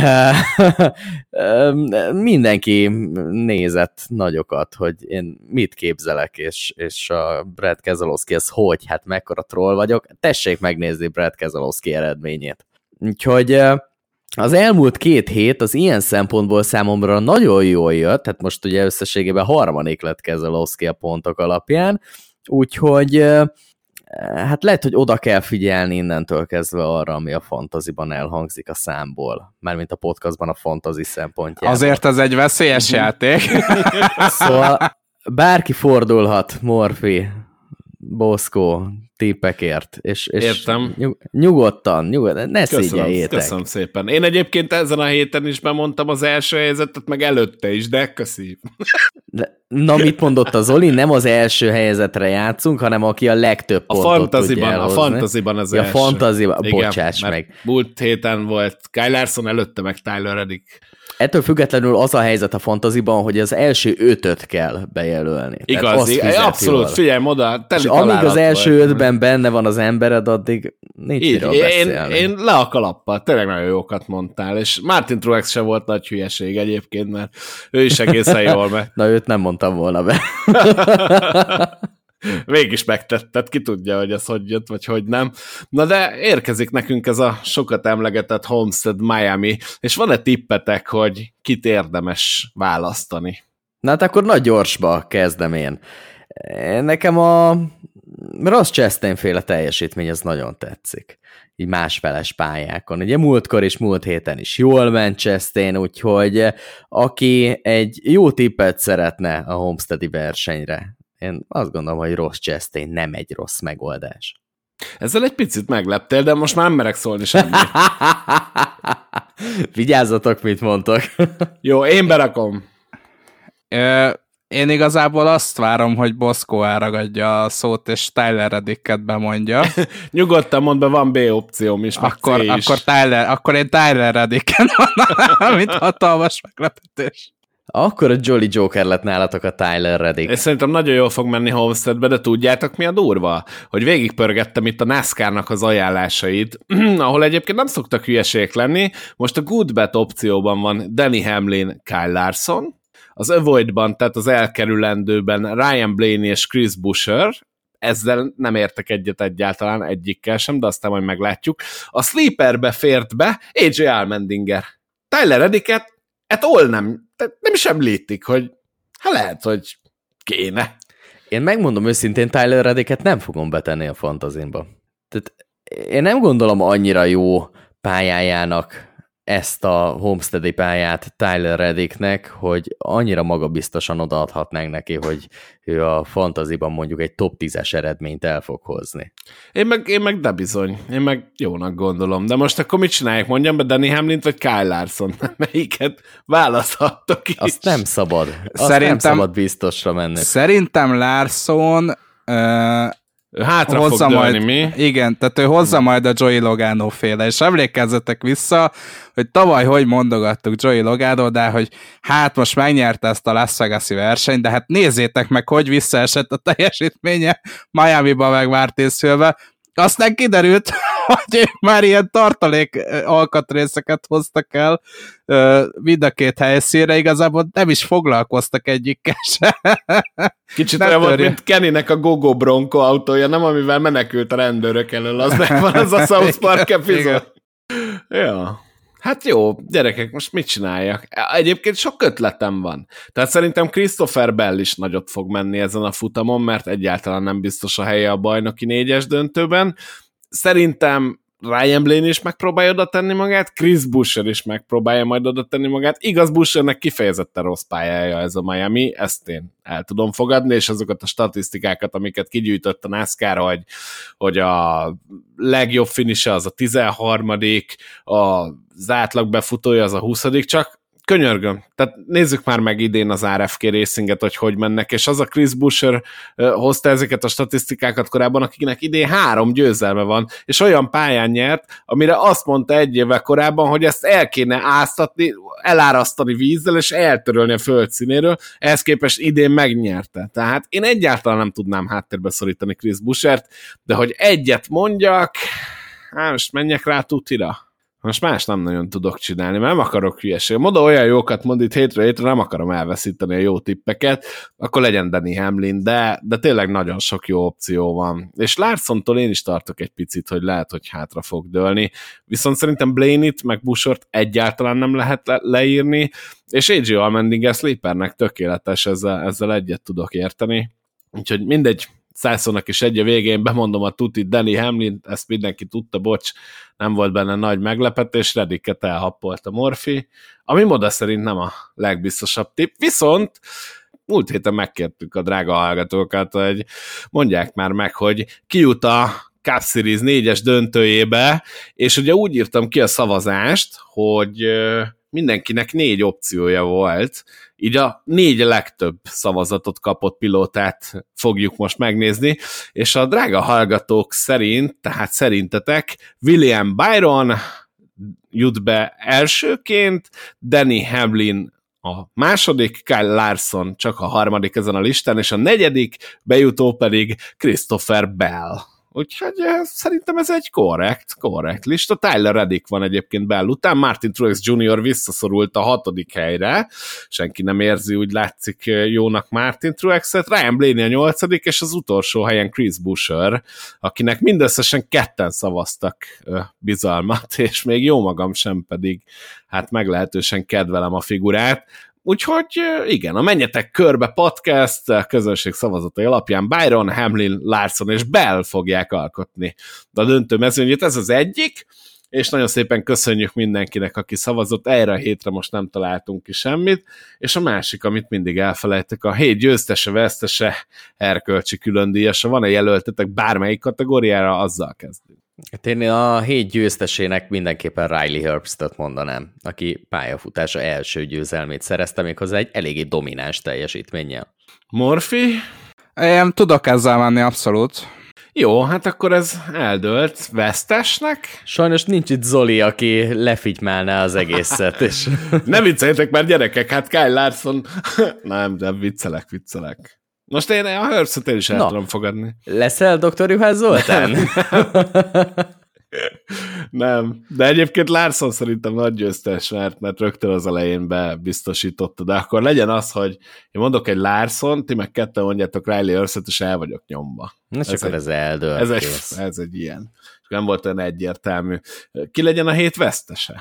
Mindenki nézett nagyokat, hogy én mit képzelek, és a Brad Keselowski ez hogy, hát mekkora troll vagyok. Tessék megnézni Brad Keselowski eredményét. Úgyhogy az elmúlt 2 hét az ilyen szempontból számomra nagyon jól jött, tehát most ugye összességében 3. lett Keselowski a pontok alapján, úgyhogy hát lehet, hogy oda kell figyelni innentől kezdve arra, ami a fantaziban elhangzik a számból. Mármint a podcastban a fantazi szempontjából. Azért ez egy veszélyes játék. Szóval bárki fordulhat, Morfi, Boszkó, tippekért, és értem. Nyugodtan, ne szégyeljétek. Köszönöm szépen. Én egyébként ezen a héten is bemondtam az első helyzetet, meg előtte is, de köszi. Na, mit mondott a Zoli? Nem az első helyezetre játszunk, hanem aki a legtöbb pontot tudja elhozni. A fantaziban az első. A fantaziban, bocsáss meg. Múlt héten volt Kyle Larson, előtte meg Tyler Reddick. Ettől függetlenül az a helyzet a fantaziban, hogy az első 5-öt kell bejelölni. Igaz, abszolút, figyelj oda. És amíg az első 5-ben benne van az embered, addig nincs miről beszélni. Én le a kalappal, tényleg nagyon jókat mondtál, és Martin Truex se volt nagy hülyeség egyébként, mert ő is egészen jól meg. Na, őt nem mondtam volna be. Végig megtetted, ki tudja, hogy ez hogy jött, vagy hogy nem. Na de érkezik nekünk ez a sokat emlegetett Homestead Miami, és van-e tippetek, hogy kit érdemes választani? Na hát akkor nagy gyorsba kezdem én. Nekem a Ross Chastain féle teljesítmény az nagyon tetszik. Így másfeles pályákon. Ugye múltkor és múlt héten is jól ment Chastain, úgyhogy aki egy jó tippet szeretne a Homesteadi versenyre, én azt gondolom, hogy Ross Chastain nem egy rossz megoldás. Ezzel egy picit megleptél, de most már nem merek szólni semmit. Vigyázzatok, mit mondtok. Jó, én berakom. Én igazából azt várom, hogy Boszkó elragadja a szót, és Tyler Reddicket bemondja. Nyugodtan mondd be, van B opcióm is, akkor én Tyler Reddicken van, amit hatalmas meglepetés. Akkor a Jolly Joker lett nálatok a Tyler Reddick. És szerintem nagyon jól fog menni Homesteadbe, de tudjátok mi a durva? Hogy végigpörgettem itt a NASCAR-nak az ajánlásait, ahol egyébként nem szoktak hülyeségek lenni. Most a Good Bet opcióban van Denny Hamlin, Kyle Larson, az Avoidban, tehát az elkerülendőben Ryan Blaney és Chris Buescher, ezzel nem értek egyet egyáltalán, egyikkel sem, de aztán majd meglátjuk. A sleeperbe fért be AJ Allmendinger. Tyler Reddicket, nem is említik, hogy lehet, hogy kéne. Én megmondom őszintén, Tyler Reddicket nem fogom betenni a fantazimba. Tehát én nem gondolom annyira jó pályájának ezt a Homesteadi pályát Tyler Reddicknek, hogy annyira magabiztosan odaadhatnánk neki, hogy ő a fantaziban mondjuk egy top 10-es eredményt el fog hozni. Én meg de bizony. Én meg jónak gondolom. De most akkor mit csinálják? Mondjam be Danny Hamlint vagy Kyle Larson? Melyiket választhattok is? Azt nem szabad. Nem szabad biztosra menni. Szerintem Larson hátra fog dőlni, majd, mi? Igen, tehát ő hozza majd a Joey Logano féle, és emlékezzetek vissza, hogy tavaly hogy mondogattuk Joey Logano, de hogy hát most megnyerte ezt a Las Vegas-i versenyt, de hát nézzétek meg, hogy visszaesett a teljesítménye Miami-ba meg Martinsville-be. Aztán kiderült, hogy ők már ilyen tartalék alkatrészeket hoztak el mind a két helyszínre, igazából nem is foglalkoztak egyikkel se. Kicsit olyan volt, mint Kennynek a Gogo Bronco autója, nem amivel menekült a rendőrök elől, az megvan az a South Park epizód. Ja. Hát jó, gyerekek, most mit csináljak? Egyébként sok ötletem van. Tehát szerintem Christopher Bell is nagyot fog menni ezen a futamon, mert egyáltalán nem biztos a helye a bajnoki 4-es döntőben. Szerintem Ryan Blaney is megpróbálja oda tenni magát, Chris Buescher is megpróbálja majd oda tenni magát. Igaz, Bueschernek kifejezetten rossz pályája ez a Miami, ezt én el tudom fogadni, és azokat a statisztikákat, amiket kigyűjtött a NASCAR, hogy a legjobb finishe az a 13., az átlag befutója az a 20., csak könyörgöm. Tehát nézzük már meg idén az RFK Racinget, hogy mennek, és az a Chris Buescher hozta ezeket a statisztikákat korábban, akiknek idén 3 győzelme van, és olyan pályán nyert, amire azt mondta egy évvel korábban, hogy ezt el kéne áztatni, elárasztani vízzel, és eltörölni a földszínéről, ehhez képest idén megnyerte. Tehát én egyáltalán nem tudnám háttérbe szorítani Chris Bueschert, de hogy egyet mondjak, most menjek rá tutira. Most más nem nagyon tudok csinálni, mert nem akarok hülyeséget. Moda olyan jókat mond itt hétre, nem akarom elveszíteni a jó tippeket, akkor legyen Danny Hamlin, de tényleg nagyon sok jó opció van. És Larsontól én is tartok egy picit, hogy lehet, hogy hátra fog dőlni. Viszont szerintem Blaney-t meg Buschort egyáltalán nem lehet leírni, és AJ Allmendinger sleepernek tökéletes, ezzel egyet tudok érteni. Úgyhogy mindegy, 100-szornak is egy a végén bemondom a tutit, Danny Hamlin, ezt mindenki tudta, bocs, nem volt benne nagy meglepetés, Reddicket elhappolt a Morfi, ami Moda szerint nem a legbiztosabb tipp, viszont múlt héten megkértük a drága hallgatókat, hogy mondják már meg, hogy ki jut a Cup Series 4-es döntőjébe, és ugye úgy írtam ki a szavazást, hogy mindenkinek 4 opciója volt, így a 4 legtöbb szavazatot kapott pilótát fogjuk most megnézni, és a drága hallgatók szerint, tehát szerintetek William Byron jut be elsőként, Danny Hamlin a második, Kyle Larson csak a harmadik ezen a listán, és a 4. bejutó pedig Christopher Bell. Úgyhogy szerintem ez egy korrekt lista. Tyler Reddick van egyébként Bell után, Martin Truex Jr. visszaszorult a 6. helyre, senki nem érzi, úgy látszik jónak Martin Truexet, Ryan Blaney a 8. és az utolsó helyen Chris Buescher, akinek mindösszesen 2-en szavaztak bizalmat, és még jó magam sem, pedig hát meglehetősen kedvelem a figurát. Úgyhogy igen, a Menjetek Körbe podcast közönség szavazatai alapján Byron, Hamlin, Larson és Bell fogják alkotni a döntő mezőnyét. Ez az egyik, és nagyon szépen köszönjük mindenkinek, aki szavazott. Erre a hétre most nem találtunk ki semmit, és a másik, amit mindig elfelejtek, a hét győztese, vesztese, erkölcsi különdíjasa. Van-e jelöltetek bármelyik kategóriára, azzal kezdünk. Hát én a 7 győztesének mindenképpen Riley Herbstot mondanám, aki pályafutása első győzelmét szerezte, méghozzá egy eléggé domináns teljesítménnyel. Morfi? Én tudok ezzel menni, abszolút. Jó, hát akkor ez eldőlt. Vesztesnek? Sajnos nincs itt Zoli, aki lefitymálná az egészet. És... Ne vicceljétek már, gyerekek, hát Kyle Larson... Nem, de viccelek. Most én a Herbstot én is el tudom fogadni. Leszel Dr. Juhász Zoltán? Nem, de egyébként Larson szerintem nagy győztes, mert rögtön az elején bebiztosította, de akkor legyen az, hogy én mondok egy Larson, ti meg ketten mondjátok Riley Earth-et, és el vagyok nyomva. Na csak ez eldől. Ez egy ilyen. Nem volt olyan egyértelmű. Ki legyen a hét vesztese?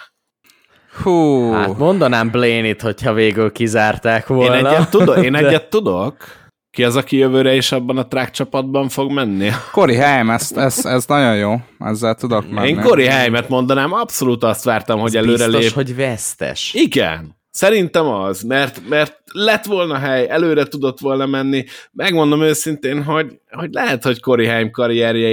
Hú. Hát mondanám Blaney-t, hogyha végül kizárták volna. Én egyet tudok. Ki az, aki jövőre is abban a track csapatban fog menni? Corey Haim, ez nagyon jó. Ezzel tudok menni. Én Corey Haimet mondanám, abszolút azt vártam, hogy előre lép. Biztos, hogy vesztes. Igen. Szerintem az, mert lett volna hely, előre tudott volna menni. Megmondom őszintén, hogy lehet, hogy Corey Haim karrierje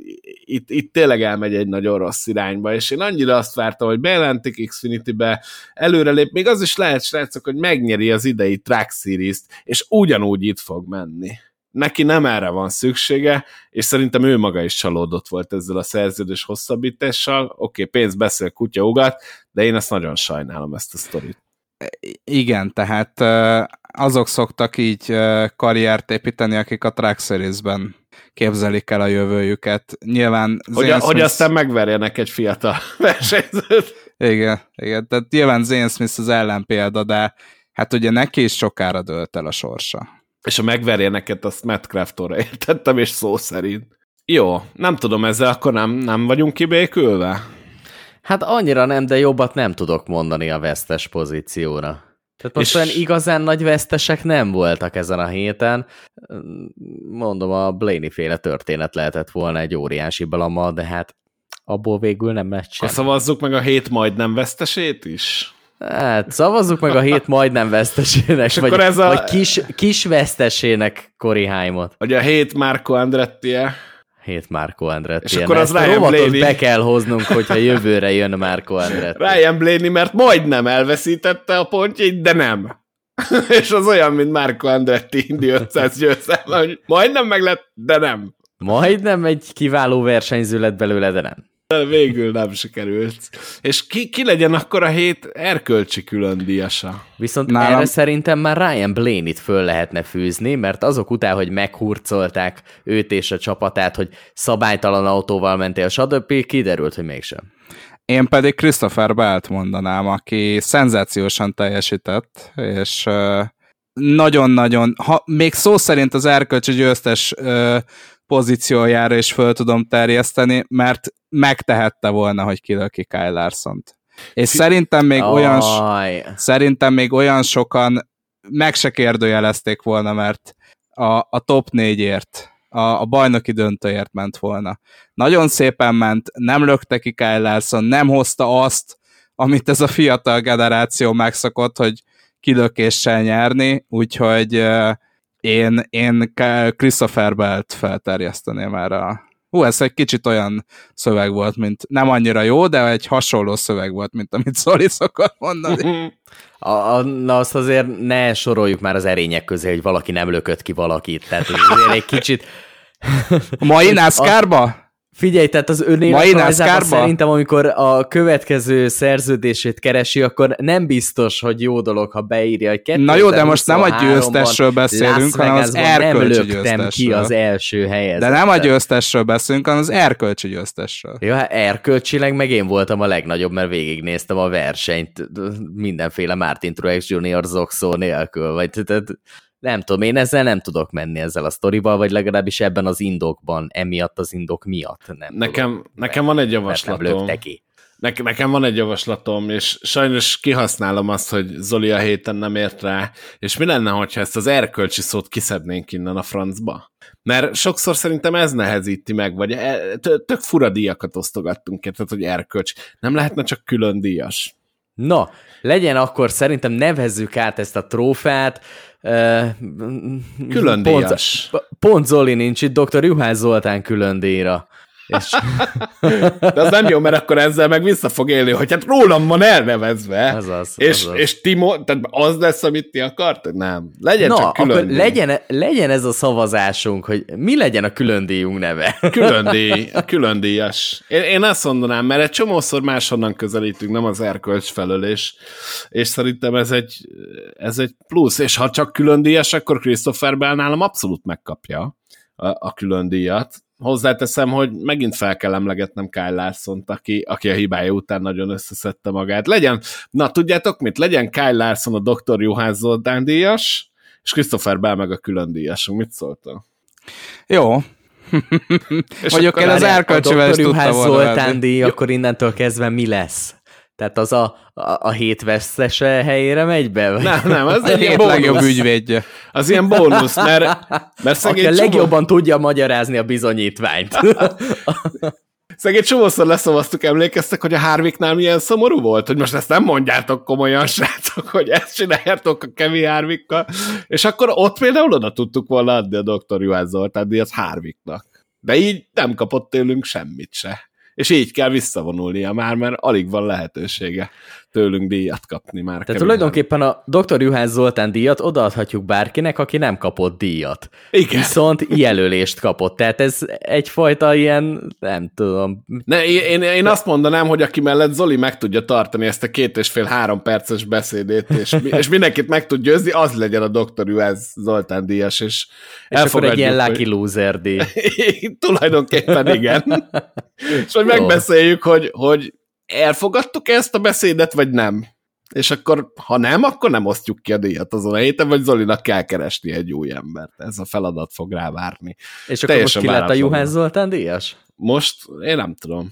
itt tényleg elmegy egy nagyon rossz irányba, és én annyira azt vártam, hogy bejelentik Xfinity-be, előrelép, még az is lehet, srácok, hogy megnyeri az idei Track Series-t, és ugyanúgy itt fog menni. Neki nem erre van szüksége, és szerintem ő maga is csalódott volt ezzel a szerződés hosszabbítással. Oké, pénz beszél, kutya ugat, de én ezt nagyon sajnálom, ezt a sztorit. Igen, tehát azok szoktak így karriert építeni, akik a Track Series-ben képzelik el a jövőjüket. Nyilván hogy aztán megverjenek egy fiatal versenyzőt. Igen, tehát nyilván Zane Smith az ellenpélda, de hát ugye neki is sokára dőlt el a sorsa. És a megverjeneket azt Matt Craftonra értettem, és szó szerint. Jó, nem tudom, ezzel akkor nem vagyunk kibékülve? Hát annyira nem, de jobbat nem tudok mondani a vesztes pozícióra. Tehát most olyan igazán nagy vesztesek nem voltak ezen a héten. Mondom, a Blaney-féle történet lehetett volna egy óriási balama, de hát abból végül nem lett sem. Szavazzuk meg a hét majdnem vesztesét is? Hát szavazzuk meg a hét majdnem vesztesének, vagy kis vesztesének Corey Haimot. Vagy a hét Marco Andretti-e. Hét Marco Andretti. És akkor az Ryan Blaney. Be kell hoznunk, hogyha jövőre jön Marco Andretti. Ryan Blaney, mert majdnem elveszítette a pontjait, de nem. És az olyan, mint Marco Andretti Indy 500 győzelme, hogy majdnem meg lett, de nem. Majdnem egy kiváló versenyző lett belőle, de nem. Végül nem sikerült. És ki legyen akkor a hét erkölcsi különdíjasa? Viszont erre szerintem már Ryan Blaney-t föl lehetne fűzni, mert azok után, hogy meghurcolták őt és a csapatát, hogy szabálytalan autóval mentél, stb. Kiderült, hogy mégsem. Én pedig Christopher Belt mondanám, aki szenzációsan teljesített, és nagyon-nagyon, még szó szerint az erkölcsi győztes pozíciójára is föl tudom terjeszteni, mert megtehette volna, hogy kilöki Kyle Larsont. És szerintem még olyan sokan meg se kérdőjelezték volna, mert a top 4-ért, a bajnoki döntőért ment volna. Nagyon szépen ment, nem lökte ki Kyle Larson, nem hozta azt, amit ez a fiatal generáció megszokott, hogy kilökéssel nyerni, úgyhogy én Christopher Belt felterjeszteném erre. Ez egy kicsit olyan szöveg volt, mint nem annyira jó, de egy hasonló szöveg volt, mint amit Zoli szokott mondani. Na azt azért ne soroljuk már az erények közé, hogy valaki nem lökött ki valakit. Tehát azért egy kicsit... Mai NASCAR-ba? Figyelj, tehát az önéletrajzában szerintem, amikor a következő szerződését keresi, akkor nem biztos, hogy jó dolog, ha beírja, hogy 2023-ban na jó, de most nem a győztesről beszélünk, hanem az erkölcsi győztesről. Ki az első helyezettet. De nem a győztesről beszélünk, hanem az erkölcsi győztesről. Jó, hát erkölcsileg meg én voltam a legnagyobb, mert végignéztem a versenyt mindenféle Martin Truex Jr. zokszó nélkül, vagy tehát nem tudom, én ezzel nem tudok menni ezzel a sztorival, vagy legalábbis ebben az indokban, emiatt az indok miatt nem nekem van egy javaslatom. Nekem van egy javaslatom, és sajnos kihasználom azt, hogy Zoli a héten nem ért rá, és mi lenne, hogyha ezt az erkölcsi szót kiszednénk innen a francba? Mert sokszor szerintem ez nehezíti meg, vagy tök fura díjakat osztogattunk, tehát hogy erkölcs. Nem lehetne csak külön díjas? Na, legyen akkor szerintem nevezzük át ezt a trófát. Külön díjas. Pont Zoli nincs itt, dr. Juhász Zoltán külön díjra. De az nem jó, mert akkor ezzel meg vissza fog élni, hogy hát rólam van elnevezve. És Timo, tehát az lesz, amit ti akartad? Nem. Legyen csak külön díj. Legyen ez a szavazásunk, hogy mi legyen a külön díjunk neve. Külön díjas. Én azt mondanám, mert egy csomószor máshonnan közelítünk, nem az erkölcs felől, és szerintem ez egy plusz, és ha csak külön díjas, akkor Christopher Bell nálam abszolút megkapja a külön díjat. hozzáteszem, hogy megint fel kell emlegetnem Kyle Larsont, aki a hibája után nagyon összeszedte magát. Na tudjátok mit? Legyen Kyle Larson a Dr. Juhász Zoltán díjas, és Christopher Bell meg a külön díjasunk. Mit szóltál? Jó. És mondjuk én az erkölcsivel is tudtam volna. Zoltán díj, akkor innentől kezdve mi lesz? Tehát az a hét vesztese helyére megy be? Vagy? Nem, az egy ilyen legjobb ügyvédje. Az ilyen bónusz, mert aki a legjobban tudja magyarázni a bizonyítványt. Szegény csomószor leszavaztuk, emlékeztek, hogy a Harvicknál milyen szomorú volt? Hogy most ezt nem mondjátok komolyan, srácok, hogy ezt csináljátok a Kevin Harvickkal. És akkor ott például oda tudtuk volna adni a Dr. Juhász Zoltán díjat Harvicknak. De így nem kapott tőlünk semmit se. És így kell visszavonulnia már, mert alig van lehetősége tőlünk díjat kapni már. Tehát tulajdonképpen a Dr. Juhász Zoltán díjat odaadhatjuk bárkinek, aki nem kapott díjat. Igen. Viszont jelölést kapott. Tehát ez egyfajta ilyen, nem tudom. Én azt mondanám, hogy aki mellett Zoli meg tudja tartani ezt a 2,5-3 perces beszédét, és mindenkit meg tud győzni, az legyen a Dr. Juhász Zoltán díjas, és akkor egy ilyen lucky loser díj. Tulajdonképpen igen. És hogy megbeszéljük, hogy elfogadtuk ezt a beszédet, vagy nem. És akkor, ha nem, akkor nem osztjuk ki a díjat azon a héten, vagy Zolinak kell keresni egy új embert. Ez a feladat fog rá várni. És akkor most ki lett a Juhász Zoltán díjas? Most? Én nem tudom.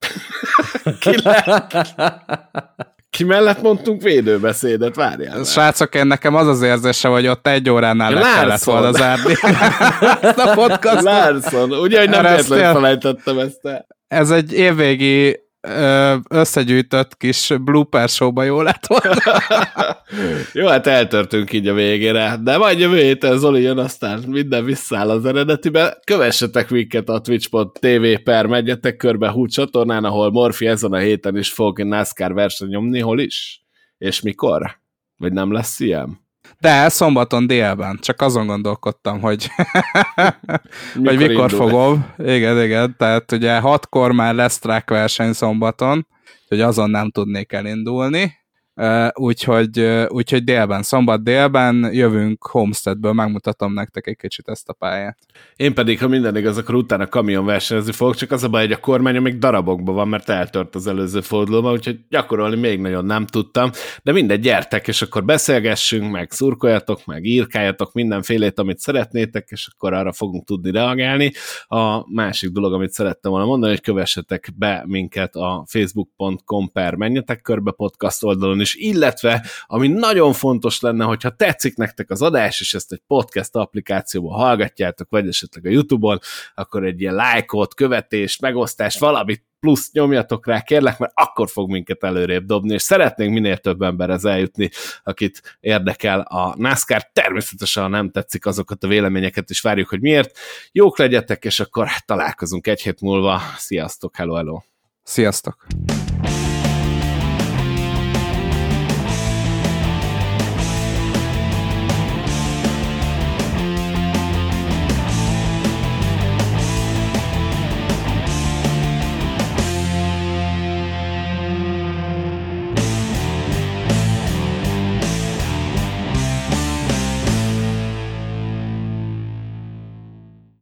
Ki mellett mondtunk védőbeszédet, várjál. Srácok, én nekem az érzése, hogy ott 1 óránál le kellett volna zárni. Ezt a podcast. Larson, ugye, hogy nem véletlenül felejtettem ezt el. Ez egy évvégi összegyűjtött kis blooper showba jó lett volna. Jó, hát eltörtünk így a végére, de majd jövő héten Zoli jön, aztán minden visszáll az eredetibe. Kövessetek minket a twitch.tv/, menjetek körbe Hú csatornán, ahol Morfi ezen a héten is fog NASCAR verseny nyomni, hol is? És mikor? Vagy nem lesz ilyen? De szombaton délben, csak azon gondolkodtam, hogy mikor fogom. Igen, tehát ugye 6-kor már lesz track verseny szombaton, hogy azon nem tudnék elindulni, úgyhogy délben, szombat délben jövünk Homesteadből, megmutatom nektek egy kicsit ezt a pályát. Én pedig, ha minden igaz, akkor utána kamion versenyezni fogok, csak az a baj, hogy a kormány még darabokban van, mert eltört az előző fordulóban, úgyhogy gyakorolni még nagyon nem tudtam, de mindegy, gyertek, és akkor beszélgessünk, meg szurkoljatok, meg írkáljatok mindenfélét, amit szeretnétek, és akkor arra fogunk tudni reagálni. A másik dolog, amit szerettem volna mondani, hogy kövessetek be minket a facebook.com/menjetek körbe podcast oldalon is, illetve, ami nagyon fontos lenne, hogyha tetszik nektek az adás, és ezt egy podcast applikációban hallgatjátok, vagy esetleg a YouTube-on, akkor egy ilyen lájkot, követést, megosztást, valamit plusz nyomjatok rá, kérlek, mert akkor fog minket előrébb dobni, és szeretnénk minél több emberhez eljutni, akit érdekel a NASCAR. Természetesen, ha nem tetszik, azokat a véleményeket is várjuk, hogy miért. Jók legyetek, és akkor találkozunk egy hét múlva. Sziasztok, hello! Sziasztok!